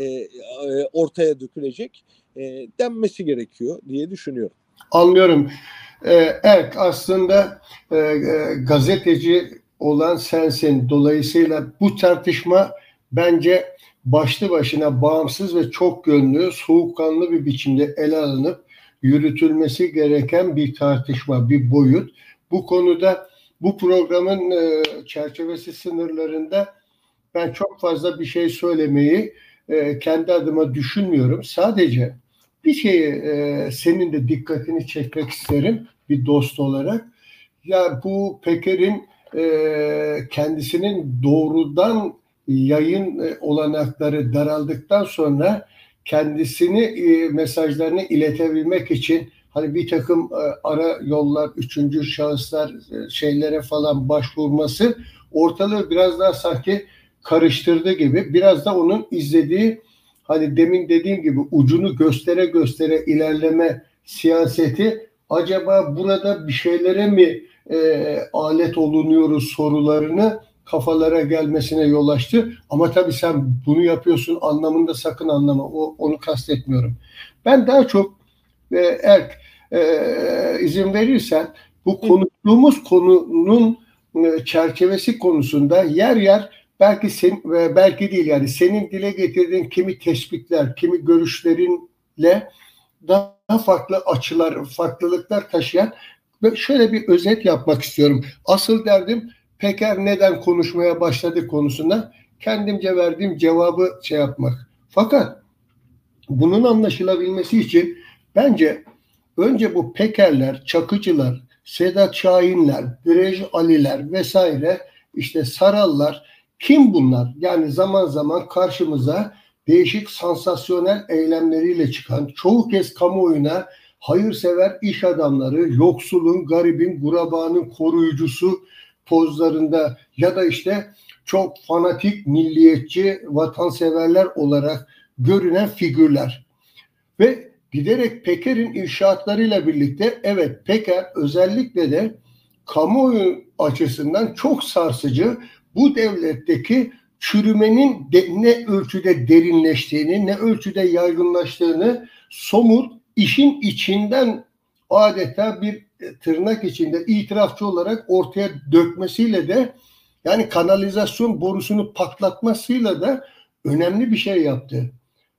ortaya dökülecek denmesi gerekiyor diye düşünüyorum. Anlıyorum. Evet, aslında gazeteci olan sensin. Dolayısıyla bu tartışma bence başlı başına bağımsız ve çok yönlü, soğukkanlı bir biçimde ele alınıp yürütülmesi gereken bir tartışma, bir boyut. Bu konuda bu programın çerçevesi sınırlarında ben çok fazla bir şey söylemeyi kendi adıma düşünmüyorum. Sadece bir şeyi senin de dikkatini çekmek isterim bir dost olarak. Ya bu Peker'in kendisinin doğrudan yayın olanakları daraldıktan sonra kendisini mesajlarını iletebilmek için hani bir takım ara yollar, üçüncü şahıslar şeylere falan başvurması ortalığı biraz daha sanki karıştırdı gibi. Biraz da onun izlediği hani demin dediğim gibi ucunu göstere göstere ilerleme siyaseti acaba burada bir şeylere mi alet olunuyoruz sorularını kafalara gelmesine yol açtı. Ama tabii sen bunu yapıyorsun anlamında sakın anlama. Onu kastetmiyorum. Ben daha çok eğer izin verirsen bu konuştuğumuz konunun çerçevesi konusunda yer yer belki belki değil yani senin dile getirdiğin kimi tespitler, kimi görüşlerinle daha farklı açılar, farklılıklar taşıyan ve şöyle bir özet yapmak istiyorum. Asıl derdim Peker neden konuşmaya başladı konusunda kendimce verdiğim cevabı şey yapmak. Fakat bunun anlaşılabilmesi için bence önce bu Pekerler, Çakıcılar, Sedat Şahinler, Direj Aliler vesaire işte Sarallar kim bunlar? Yani zaman zaman karşımıza değişik sansasyonel eylemleriyle çıkan, çoğu kez kamuoyuna hayırsever iş adamları, yoksulun, garibin, gurabanın koruyucusu pozlarında ya da işte çok fanatik, milliyetçi, vatanseverler olarak görünen figürler. Ve giderek Peker'in inşaatlarıyla birlikte evet Peker özellikle de kamuoyu açısından çok sarsıcı bu devletteki çürümenin ne ölçüde derinleştiğini, ne ölçüde yaygınlaştığını somut işin içinden adeta bir tırnak içinde itirafçı olarak ortaya dökmesiyle de yani kanalizasyon borusunu patlatmasıyla da önemli bir şey yaptı.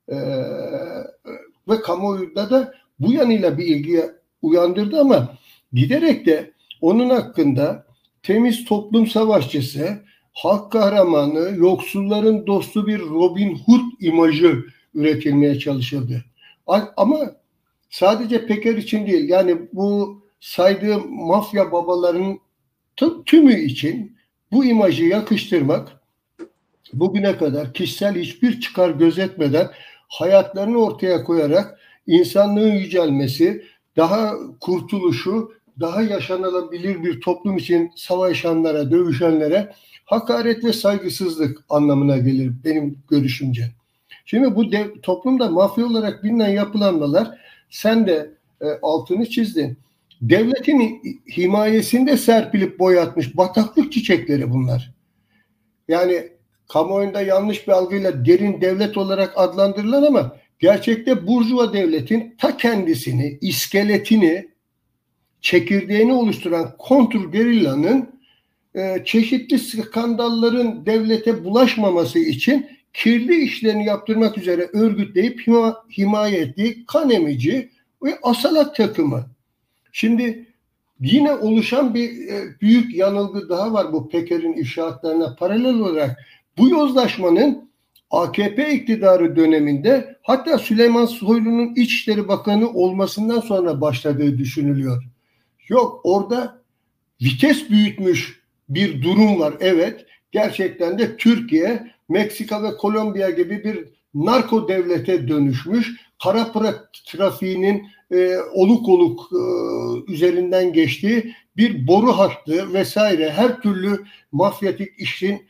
Ve kamuoyunda da bu yanıyla bir ilgi uyandırdı ama giderek de onun hakkında temiz toplum savaşçısı, halk kahramanı, yoksulların dostu bir Robin Hood imajı üretilmeye çalışıldı. Ama sadece Peker için değil, yani bu saydığım mafya babalarının tümü için bu imajı yakıştırmak bugüne kadar kişisel hiçbir çıkar gözetmeden hayatlarını ortaya koyarak insanlığın yücelmesi, daha kurtuluşu, daha yaşanılabilir bir toplum için savaşanlara, dövüşenlere hakaret ve saygısızlık anlamına gelir benim görüşümce. Şimdi bu toplumda mafya olarak bilinen yapılanmalar, sen de altını çizdin. Devletin himayesinde serpilip boyatmış bataklık çiçekleri bunlar. Yani kamuoyunda yanlış bir algıyla derin devlet olarak adlandırılan ama gerçekte burjuva devletin ta kendisini, iskeletini, çekirdeğini oluşturan kontrgerillanın çeşitli skandalların devlete bulaşmaması için kirli işlerini yaptırmak üzere örgütleyip himaye ettiği kan emici ve asalak takımı. Şimdi yine oluşan bir büyük yanılgı daha var bu Peker'in ifşaatlarına paralel olarak. Bu yozlaşmanın AKP iktidarı döneminde hatta Süleyman Soylu'nun İçişleri Bakanı olmasından sonra başladığı düşünülüyor. Yok, orada vites büyütmüş bir durum var. Evet, gerçekten de Türkiye, Meksika ve Kolombiya gibi bir narko devlete dönüşmüş. Kara para trafiğinin oluk oluk üzerinden geçtiği bir boru hattı vesaire, her türlü mafyatik işin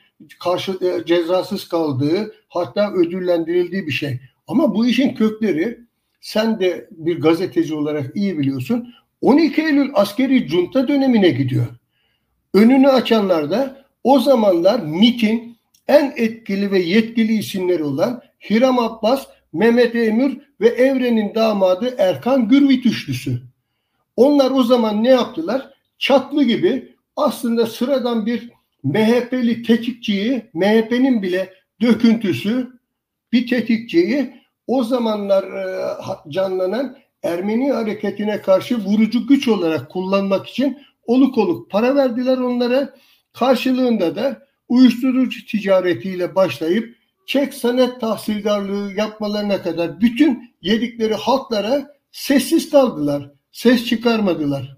cezasız kaldığı, hatta ödüllendirildiği bir şey. Ama bu işin kökleri, sen de bir gazeteci olarak iyi biliyorsun, 12 Eylül askeri junta dönemine gidiyor. Önünü açanlar da o zamanlar MİT'in en etkili ve yetkili isimleri olan Hiram Abbas, Mehmet Emür ve Evren'in damadı Erkan Gürvit üçlüsü. Onlar o zaman ne yaptılar? Çatlı gibi aslında sıradan bir MHP'li tetikçiyi, MHP'nin bile döküntüsü bir tetikçiyi o zamanlar canlanan Ermeni hareketine karşı vurucu güç olarak kullanmak için oluk oluk para verdiler onlara. Karşılığında da uyuşturucu ticaretiyle başlayıp çek senet tahsildarlığı yapmalarına kadar bütün yedikleri halklara sessiz kaldılar. Ses çıkarmadılar.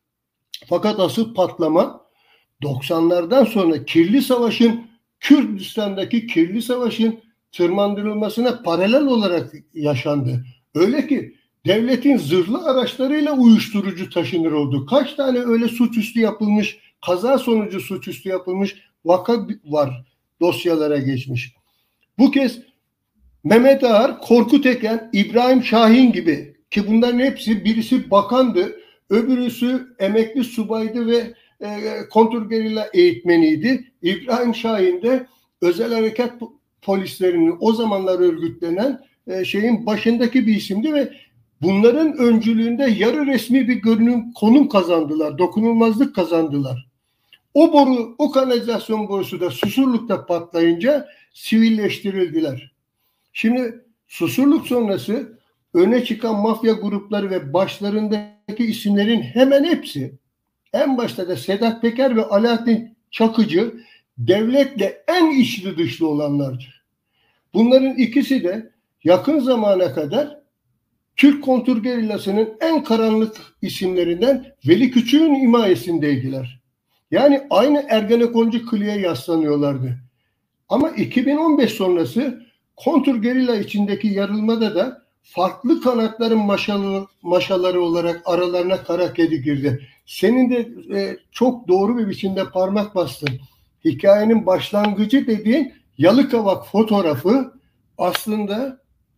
Fakat asıl patlama 90'lardan sonra kirli savaşın, Kürdistan'daki kirli savaşın tırmandırılmasına paralel olarak yaşandı. Öyle ki devletin zırhlı araçlarıyla uyuşturucu taşınır oldu. Kaç tane öyle suçüstü yapılmış, kaza sonucu suçüstü yapılmış vaka var, dosyalara geçmiş. Bu kez Mehmet Ağar, Korkut Eken, İbrahim Şahin gibi, ki bunların hepsi, birisi bakandı, öbürüsü emekli subaydı ve kontrgerilla eğitmeniydi. İbrahim Şahin de özel harekat polislerinin o zamanlar örgütlenen şeyin başındaki bir isimdi ve bunların öncülüğünde yarı resmi bir konum kazandılar, dokunulmazlık kazandılar. O boru, o kanalizasyon borusu da Susurluk'ta patlayınca sivilleştirildiler. Şimdi Susurluk sonrası öne çıkan mafya grupları ve başlarındaki isimlerin hemen hepsi, en başta da Sedat Peker ve Alaaddin Çakıcı, devletle en içli dışlı olanlardır. Bunların ikisi de yakın zamana kadar Türk kontrgerillasının en karanlık isimlerinden Veli Küçük'ün himayesindeydiler. Yani aynı Ergenekoncu kılığa yaslanıyorlardı. Ama 2015 sonrası kontrgerilla içindeki yarılmada da farklı kanatların maşaları olarak aralarına kara kedi girdi. Senin de çok doğru bir biçimde parmak bastın. Hikayenin başlangıcı dediğin Yalıkavak fotoğrafı aslında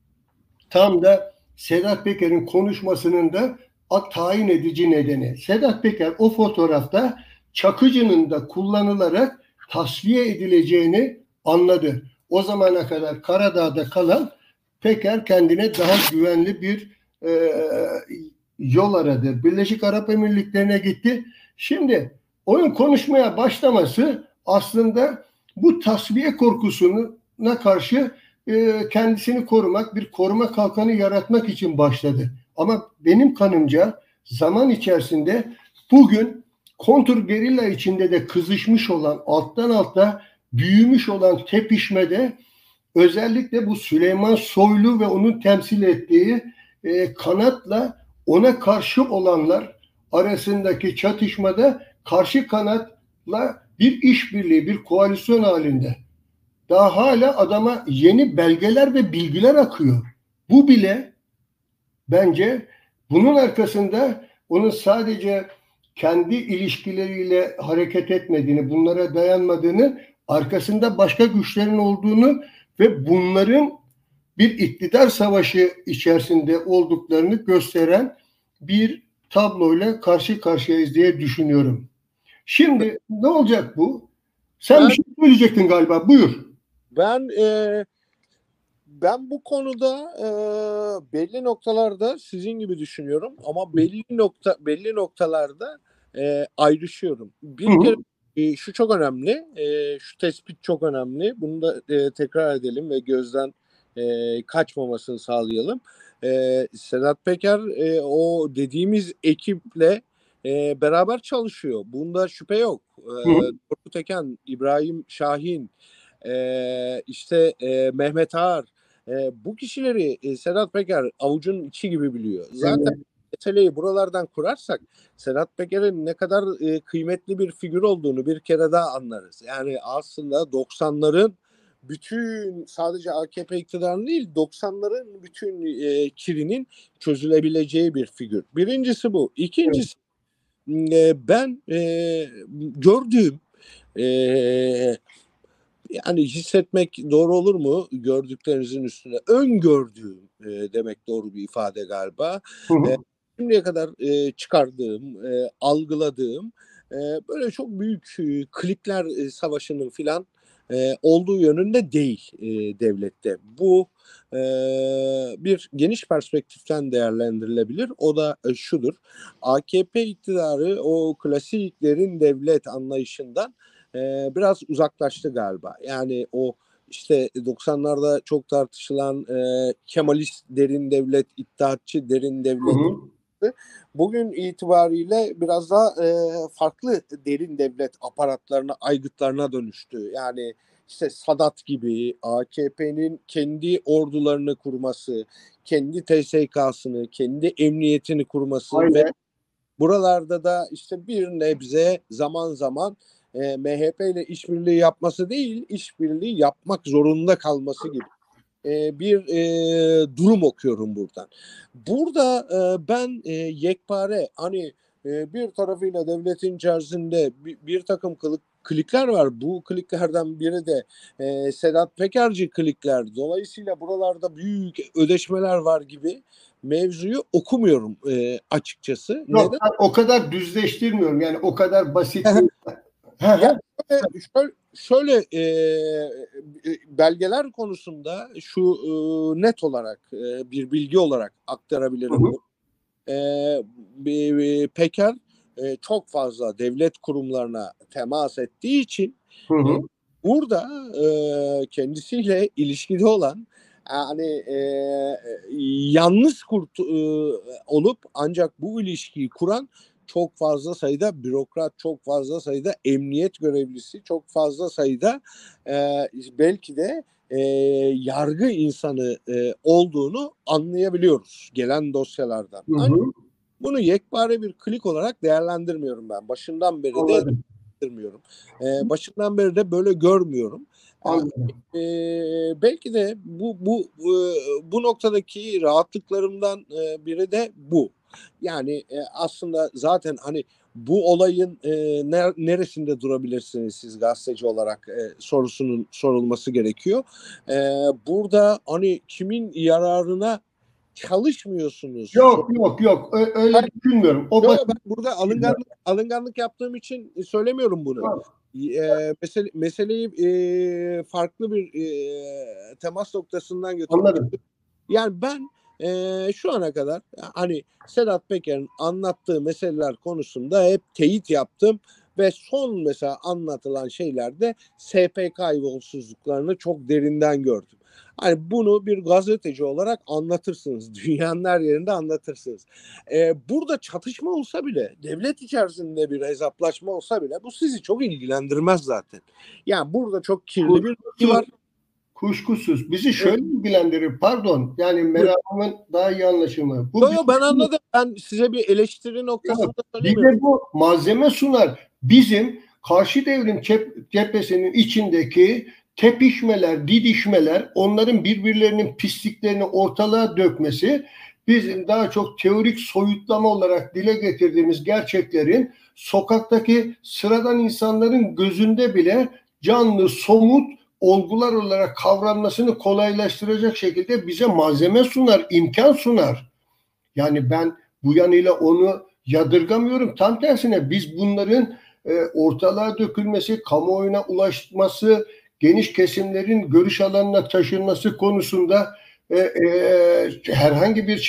tam da Sedat Peker'in konuşmasının da tayin edici nedeni. Sedat Peker o fotoğrafta Çakıcı'nın da kullanılarak tasfiye edileceğini anladı. O zamana kadar Karadağ'da kalan Peker kendine daha güvenli bir yol aradı. Birleşik Arap Emirlikleri'ne gitti. Şimdi onun konuşmaya başlaması aslında bu tasfiye korkusuna karşı kendisini korumak, bir koruma kalkanı yaratmak için başladı. Ama benim kanımca zaman içerisinde bugün kontrgerilla içinde de kızışmış olan, alttan alta büyümüş olan tepişmede özellikle bu Süleyman Soylu ve onun temsil ettiği kanatla ona karşı olanlar arasındaki çatışmada karşı kanatla bir işbirliği, bir koalisyon halinde. Daha hala adama yeni belgeler ve bilgiler akıyor. Bu bile bence bunun arkasında onun sadece kendi ilişkileriyle hareket etmediğini, bunlara dayanmadığını, arkasında başka güçlerin olduğunu ve bunların bir iktidar savaşı içerisinde olduklarını gösteren bir tabloyla karşı karşıyayız diye düşünüyorum. Şimdi ne olacak bu? Sen bir şey söyleyecektin galiba. Buyur. Ben bu konuda belli noktalarda sizin gibi düşünüyorum ama belli noktalarda ayrışıyorum. Bir kere şu çok önemli, şu tespit çok önemli. Bunu da tekrar edelim ve gözden kaçmamasını sağlayalım. Sedat Peker o dediğimiz ekiple beraber çalışıyor. Bunda şüphe yok. Korkut Eken, İbrahim Şahin, işte Mehmet Ağar, bu kişileri Sedat Peker avucunun içi gibi biliyor. Zaten meseleyi buralardan kurarsak Sedat Peker'in ne kadar kıymetli bir figür olduğunu bir kere daha anlarız. Yani aslında 90'ların bütün sadece AKP iktidarının değil 90'ların bütün kirinin çözülebileceği bir figür. Birincisi bu. İkincisi ben gördüğüm yani hissetmek doğru olur mu gördüklerinizin üstüne? Öngördüğüm demek doğru bir ifade galiba. Şimdiye kadar çıkardığım, algıladığım böyle çok büyük klikler savaşının filan olduğu yönünde değil devlette. Bu bir geniş perspektiften değerlendirilebilir. O da şudur. AKP iktidarı o klasiklerin devlet anlayışından biraz uzaklaştı galiba. Yani o işte 90'larda çok tartışılan Kemalist derin devlet, İttihatçı derin devlet bugün itibariyle biraz daha farklı derin devlet aparatlarına, aygıtlarına dönüştü. Yani işte Sadat gibi AKP'nin kendi ordularını kurması, kendi TSK'sını, kendi emniyetini kurması ve buralarda da işte bir nebze zaman zaman MHP ile işbirliği yapması değil, işbirliği yapmak zorunda kalması gibi bir durum okuyorum buradan. Burada ben yekpare hani bir tarafıyla devletin içerisinde bir takım klikler var. Bu kliklerden biri de Sedat Pekerci klikler. Dolayısıyla buralarda büyük ödeşmeler var gibi mevzuyu okumuyorum açıkçası. Yok, neden? O kadar düzleştirmiyorum. Yani o kadar basit. Yani şöyle belgeler konusunda şu net olarak bir bilgi olarak aktarabilirim. Peker çok fazla devlet kurumlarına temas ettiği için burada kendisiyle ilişkide olan yani yalnız olup ancak bu ilişkiyi kuran çok fazla sayıda bürokrat, çok fazla sayıda emniyet görevlisi, çok fazla sayıda belki de yargı insanı olduğunu anlayabiliyoruz gelen dosyalardan. Bunu yekpare bir klik olarak değerlendirmiyorum ben. Başından beri de değerlendirmiyorum. Başından beri de böyle görmüyorum. Belki de bu noktadaki rahatlıklarımdan biri de bu. Yani aslında zaten hani bu olayın neresinde durabilirsiniz siz gazeteci olarak sorusunun sorulması gerekiyor. Burada hani kimin yararına çalışmıyorsunuz? Yok. Öyle düşünmüyorum. Ben burada alınganlık yaptığım için söylemiyorum bunu. Meseleyi farklı bir temas noktasından götürmek. Yani ben şu ana kadar hani Sedat Peker'in anlattığı meseleler konusunda hep teyit yaptım ve son mesela anlatılan şeylerde SPK yolsuzluklarını çok derinden gördüm. Hani bunu bir gazeteci olarak anlatırsınız. Dünyanın her yerinde anlatırsınız. Burada çatışma olsa bile, devlet içerisinde bir hesaplaşma olsa bile bu sizi çok ilgilendirmez zaten. Yani burada çok kirli bir şey var. Kuşkusuz. Bizi şöyle ilgilendirir. Pardon. Yani merakımın daha iyi anlaşılma. Ben anladım. Ben size bir eleştiri noktasında söylemiyorum. Bize bu malzeme sunar. Bizim karşı devrim cephesinin içindeki tepişmeler, didişmeler, onların birbirlerinin pisliklerini ortalığa dökmesi bizim daha çok teorik soyutlama olarak dile getirdiğimiz gerçeklerin sokaktaki sıradan insanların gözünde bile canlı, somut olgular olarak kavranmasını kolaylaştıracak şekilde bize malzeme sunar, imkan sunar. Yani ben bu yanıyla onu yadırgamıyorum. Tam tersine biz bunların ortalığa dökülmesi, kamuoyuna ulaşması, geniş kesimlerin görüş alanına taşınması konusunda herhangi bir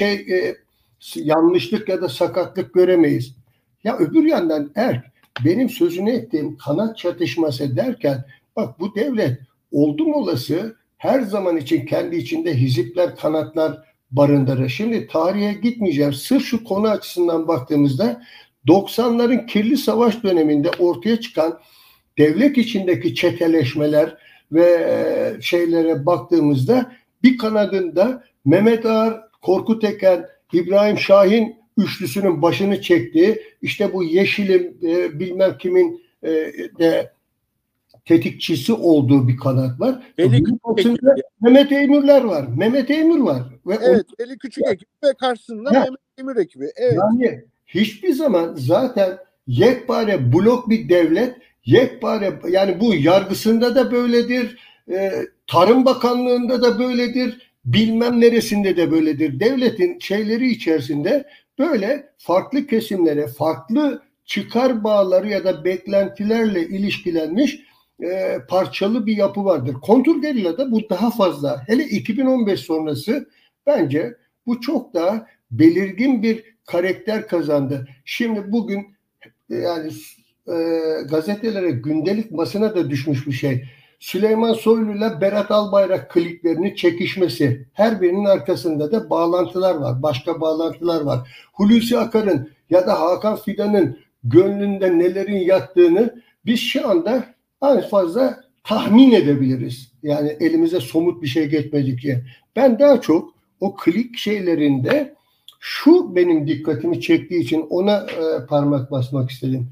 yanlışlık ya da sakatlık göremeyiz. Ya öbür yandan benim sözünü ettiğim kanat çatışması derken bak bu devlet oldum olası her zaman için kendi içinde hizipler, kanatlar barındırır. Şimdi tarihe gitmeyeceğim. Sırf şu konu açısından baktığımızda 90'ların kirli savaş döneminde ortaya çıkan devlet içindeki çeteleşmeler ve şeylere baktığımızda bir kanadında Mehmet Ağar, Korkut Eken, İbrahim Şahin üçlüsünün başını çektiği, işte bu Yeşil'in bilmem kimin de tetikçisi olduğu bir kanat var. Mehmet Eymürler var. Mehmet Eymür var. Ve evet, Veli Küçük ekibi ve karşısında Mehmet Eymür ekibi. Evet. Yani hiçbir zaman zaten yekpare blok bir devlet, yekpare yani bu yargısında da böyledir, Tarım Bakanlığı'nda da böyledir, bilmem neresinde de böyledir. Devletin şeyleri içerisinde böyle farklı kesimlere, farklı çıkar bağları ya da beklentilerle ilişkilenmiş parçalı bir yapı vardır. Kontrgerilla'da bu daha fazla. Hele 2015 sonrası bence bu çok daha belirgin bir karakter kazandı. Şimdi bugün yani gazetelere, gündelik basına da düşmüş bir şey. Süleyman Soylu'yla Berat Albayrak kliklerinin çekişmesi. Her birinin arkasında da bağlantılar var. Başka bağlantılar var. Hulusi Akar'ın ya da Hakan Fidan'ın gönlünde nelerin yattığını biz şu anda en fazla tahmin edebiliriz. Yani elimize somut bir şey geçmedikçe. Ben daha çok o klik şeylerinde şu benim dikkatimi çektiği için ona parmak basmak istedim.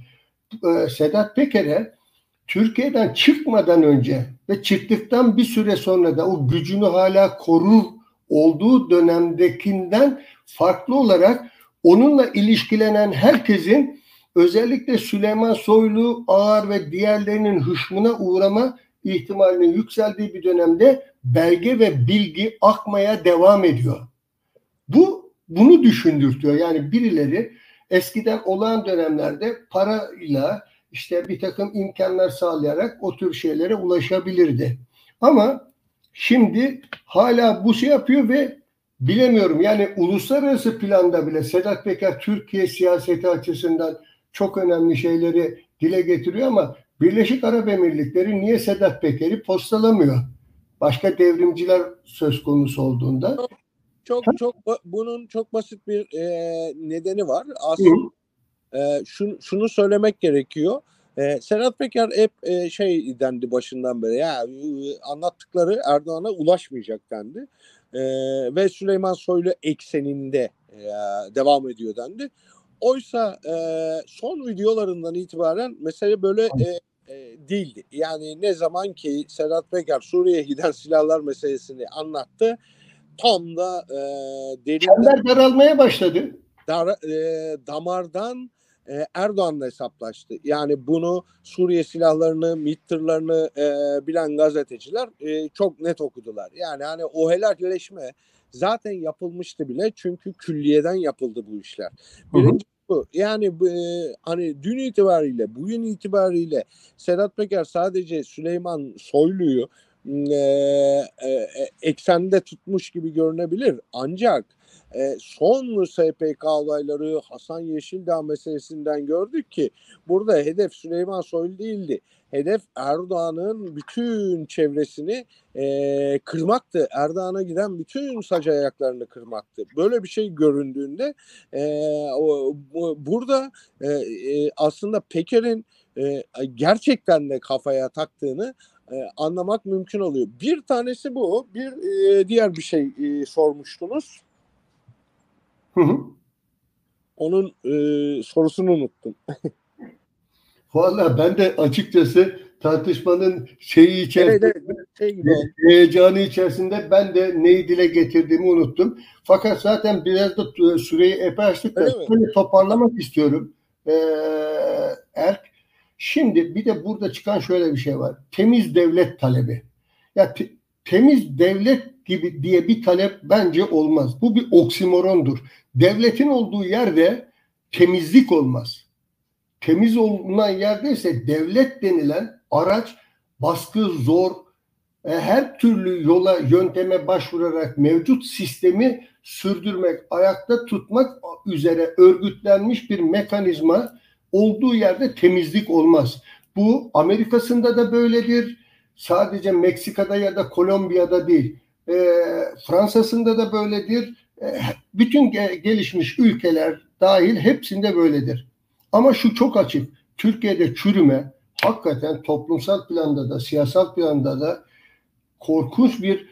Sedat Peker'e Türkiye'den çıkmadan önce ve çıktıktan bir süre sonra da o gücünü hala korur olduğu dönemdekinden farklı olarak onunla ilişkilenen herkesin özellikle Süleyman Soylu, Ağar ve diğerlerinin hışmına uğrama ihtimalinin yükseldiği bir dönemde belge ve bilgi akmaya devam ediyor. Bunu düşündürtüyor. Yani birileri eskiden olağan dönemlerde parayla işte bir takım imkanlar sağlayarak o tür şeylere ulaşabilirdi. Ama şimdi hala bu şey yapıyor ve bilemiyorum yani uluslararası planda bile Sedat Peker Türkiye siyaseti açısından çok önemli şeyleri dile getiriyor ama Birleşik Arap Emirlikleri niye Sedat Peker'i postalamıyor? Başka devrimciler söz konusu olduğunda. Çok bunun çok basit bir nedeni var. Aslında şunu söylemek gerekiyor. Sedat Peker hep şey dendi başından beri ya anlattıkları Erdoğan'a ulaşmayacak dendi. Ve Süleyman Soylu ekseninde devam ediyor dendi. Oysa son videolarından itibaren mesele böyle değildi. Yani ne zaman ki Sedat Peker Suriye'ye giden silahlar meselesini anlattı, tam da derinden daralmaya başladı. Damardan Erdoğan'la hesaplaştı. Yani bunu Suriye silahlarını, MİT tırlarını bilen gazeteciler çok net okudular. Yani hani o helalleşme zaten yapılmıştı bile çünkü külliyeden yapıldı bu işler. Birinci bu. Yani hani dün itibariyle, bugün itibariyle Sedat Peker sadece Süleyman Soylu'yu eksende tutmuş gibi görünebilir. Ancak son SPK olayları Hasan Yeşildağ meselesinden gördük ki burada hedef Süleyman Soylu değildi. Hedef Erdoğan'ın bütün çevresini kırmaktı. Erdoğan'a giden bütün sac ayaklarını kırmaktı. Böyle bir şey göründüğünde burada aslında Peker'in gerçekten de kafaya taktığını anlamak mümkün oluyor. Bir tanesi bu. Bir diğer bir şey sormuştunuz. Onun sorusunu unuttum. Vallahi ben de açıkçası tartışmanın şeyi Evet, içerisinde, evet. Şey gibi oldu. heyecanı içerisinde ben de neyi dile getirdiğimi unuttum. Fakat zaten biraz da süreyi epey açtık da Öyle mi? böyle toparlamak istiyorum. Ee, Erk. Şimdi bir de burada çıkan şöyle bir şey var. Temiz devlet talebi. Ya temiz devlet gibi diye bir talep bence olmaz. Bu bir oksimorondur. Devletin olduğu yerde temizlik olmaz. Temiz olunan yerde ise devlet denilen araç baskı, zor, her türlü yola, yönteme başvurarak mevcut sistemi sürdürmek, ayakta tutmak üzere örgütlenmiş bir mekanizma olduğu yerde temizlik olmaz. Bu Amerika'sında da böyledir. Sadece Meksika'da ya da Kolombiya'da değil. Fransa'sında da böyledir. Bütün gelişmiş ülkeler dahil hepsinde böyledir. Ama şu çok açık. Türkiye'de çürüme hakikaten toplumsal planda da siyasal planda da korkunç bir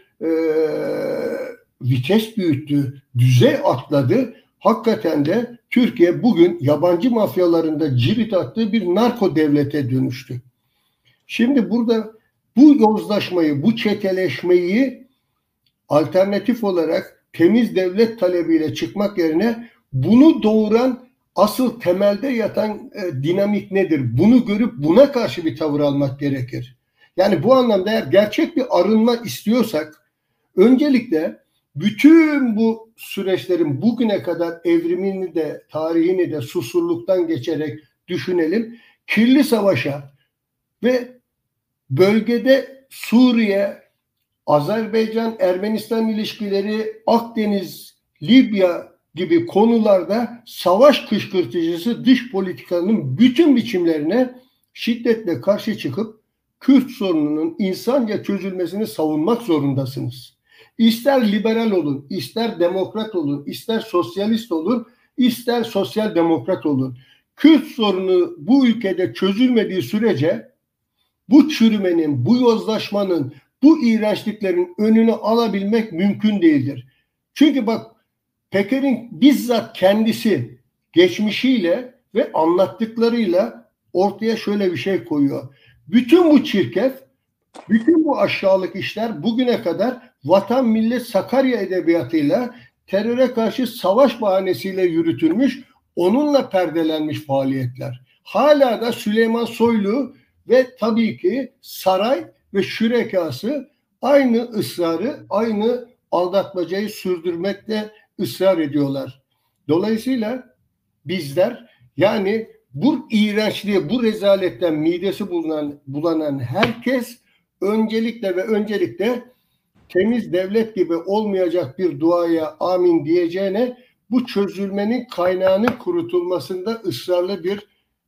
vites büyüttü, düzey atladı. Hakikaten de Türkiye bugün yabancı mafyalarında cirit attığı bir narko devlete dönüştü. Şimdi burada bu yozlaşmayı, bu çeteleşmeyi alternatif olarak temiz devlet talebiyle çıkmak yerine bunu doğuran asıl temelde yatan dinamik nedir? Bunu görüp buna karşı bir tavır almak gerekir. Yani bu anlamda eğer gerçek bir arınma istiyorsak öncelikle bütün bu süreçlerin bugüne kadar evrimini de tarihini de susurluktan geçerek düşünelim. Kirli Savaş'a ve bölgede Suriye, Azerbaycan, Ermenistan ilişkileri, Akdeniz, Libya gibi konularda savaş kışkırtıcısı dış politikanın bütün biçimlerine şiddetle karşı çıkıp Kürt sorununun insanca çözülmesini savunmak zorundasınız. İster liberal olun, ister demokrat olun, ister sosyalist olun, ister sosyal demokrat olun. Kürt sorunu bu ülkede çözülmediği sürece bu çürümenin, bu yozlaşmanın, bu iğrençliklerin önünü alabilmek mümkün değildir. Çünkü bak Peker'in bizzat kendisi geçmişiyle ve anlattıklarıyla ortaya şöyle bir şey koyuyor. Bütün bu çirkef, bütün bu aşağılık işler bugüne kadar vatan millet Sakarya edebiyatıyla teröre karşı savaş bahanesiyle yürütülmüş, onunla perdelenmiş faaliyetler. Hala da Süleyman Soylu ve tabii ki saray ve şürekası aynı ısrarı, aynı aldatmacayı sürdürmekte ısrar ediyorlar. Dolayısıyla bizler yani bu iğrençliğe, bu rezaletten midesi bulanan herkes öncelikle temiz devlet gibi olmayacak bir duaya amin diyeceğine bu çözülmenin kaynağının kurutulmasında ısrarlı bir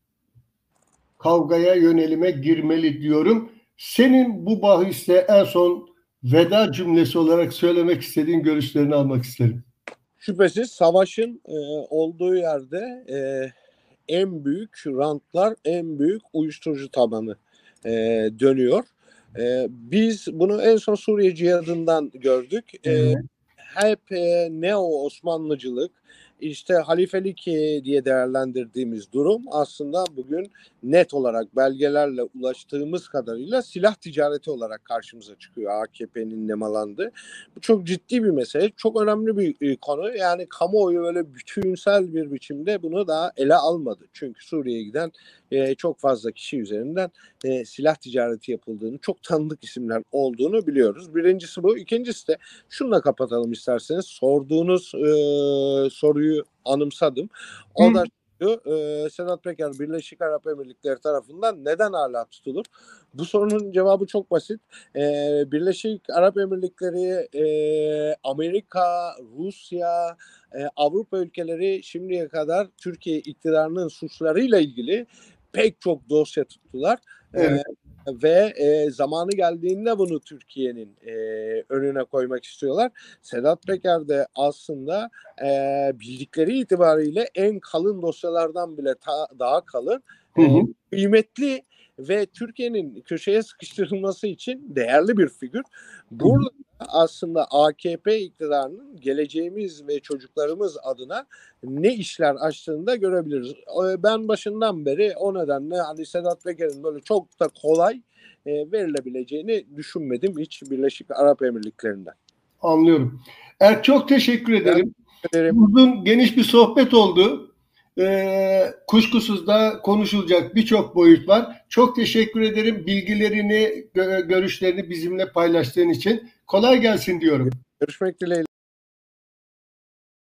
kavgaya yönelime girmeli diyorum. Senin bu bahiste en son veda cümlesi olarak söylemek istediğin görüşlerini almak isterim. Şüphesiz savaşın olduğu yerde en büyük rantlar, en büyük uyuşturucu tabanı dönüyor. Biz bunu en son Suriye cihadından gördük. Hep neo-Osmanlıcılık, işte halifelik diye değerlendirdiğimiz durum aslında bugün net olarak belgelerle ulaştığımız kadarıyla silah ticareti olarak karşımıza çıkıyor AKP'nin nemalandığı. Bu çok ciddi bir mesele, çok önemli bir konu. Yani kamuoyu böyle bütünsel bir biçimde bunu daha ele almadı. Çünkü Suriye'ye giden çok fazla kişi üzerinden silah ticareti yapıldığını, çok tanıdık isimler olduğunu biliyoruz. Birincisi bu. İkincisi de şununla kapatalım isterseniz. Sorduğunuz soruyu anımsadım. O da Sedat Peker Birleşik Arap Emirlikleri tarafından neden hala tutulur? Bu sorunun cevabı çok basit. Birleşik Arap Emirlikleri, Amerika, Rusya, Avrupa ülkeleri şimdiye kadar Türkiye iktidarının suçlarıyla ilgili pek çok dosya tuttular. Evet. Ve zamanı geldiğinde bunu Türkiye'nin önüne koymak istiyorlar. Sedat Peker de aslında bildikleri itibariyle en kalın dosyalardan bile daha kalın, kıymetli ve Türkiye'nin köşeye sıkıştırılması için değerli bir figür. Burada aslında AKP iktidarının geleceğimiz ve çocuklarımız adına ne işler açtığını da görebiliriz. Ben başından beri o nedenle hani Sedat Peker'in böyle çok da kolay verilebileceğini düşünmedim hiç Birleşik Arap Emirlikleri'nden. Anlıyorum. Çok teşekkür ederim. Uzun, geniş bir sohbet oldu. Kuşkusuz da konuşulacak birçok boyut var. Çok teşekkür ederim bilgilerini, görüşlerini bizimle paylaştığın için. Kolay gelsin diyorum. Görüşmek dileğiyle.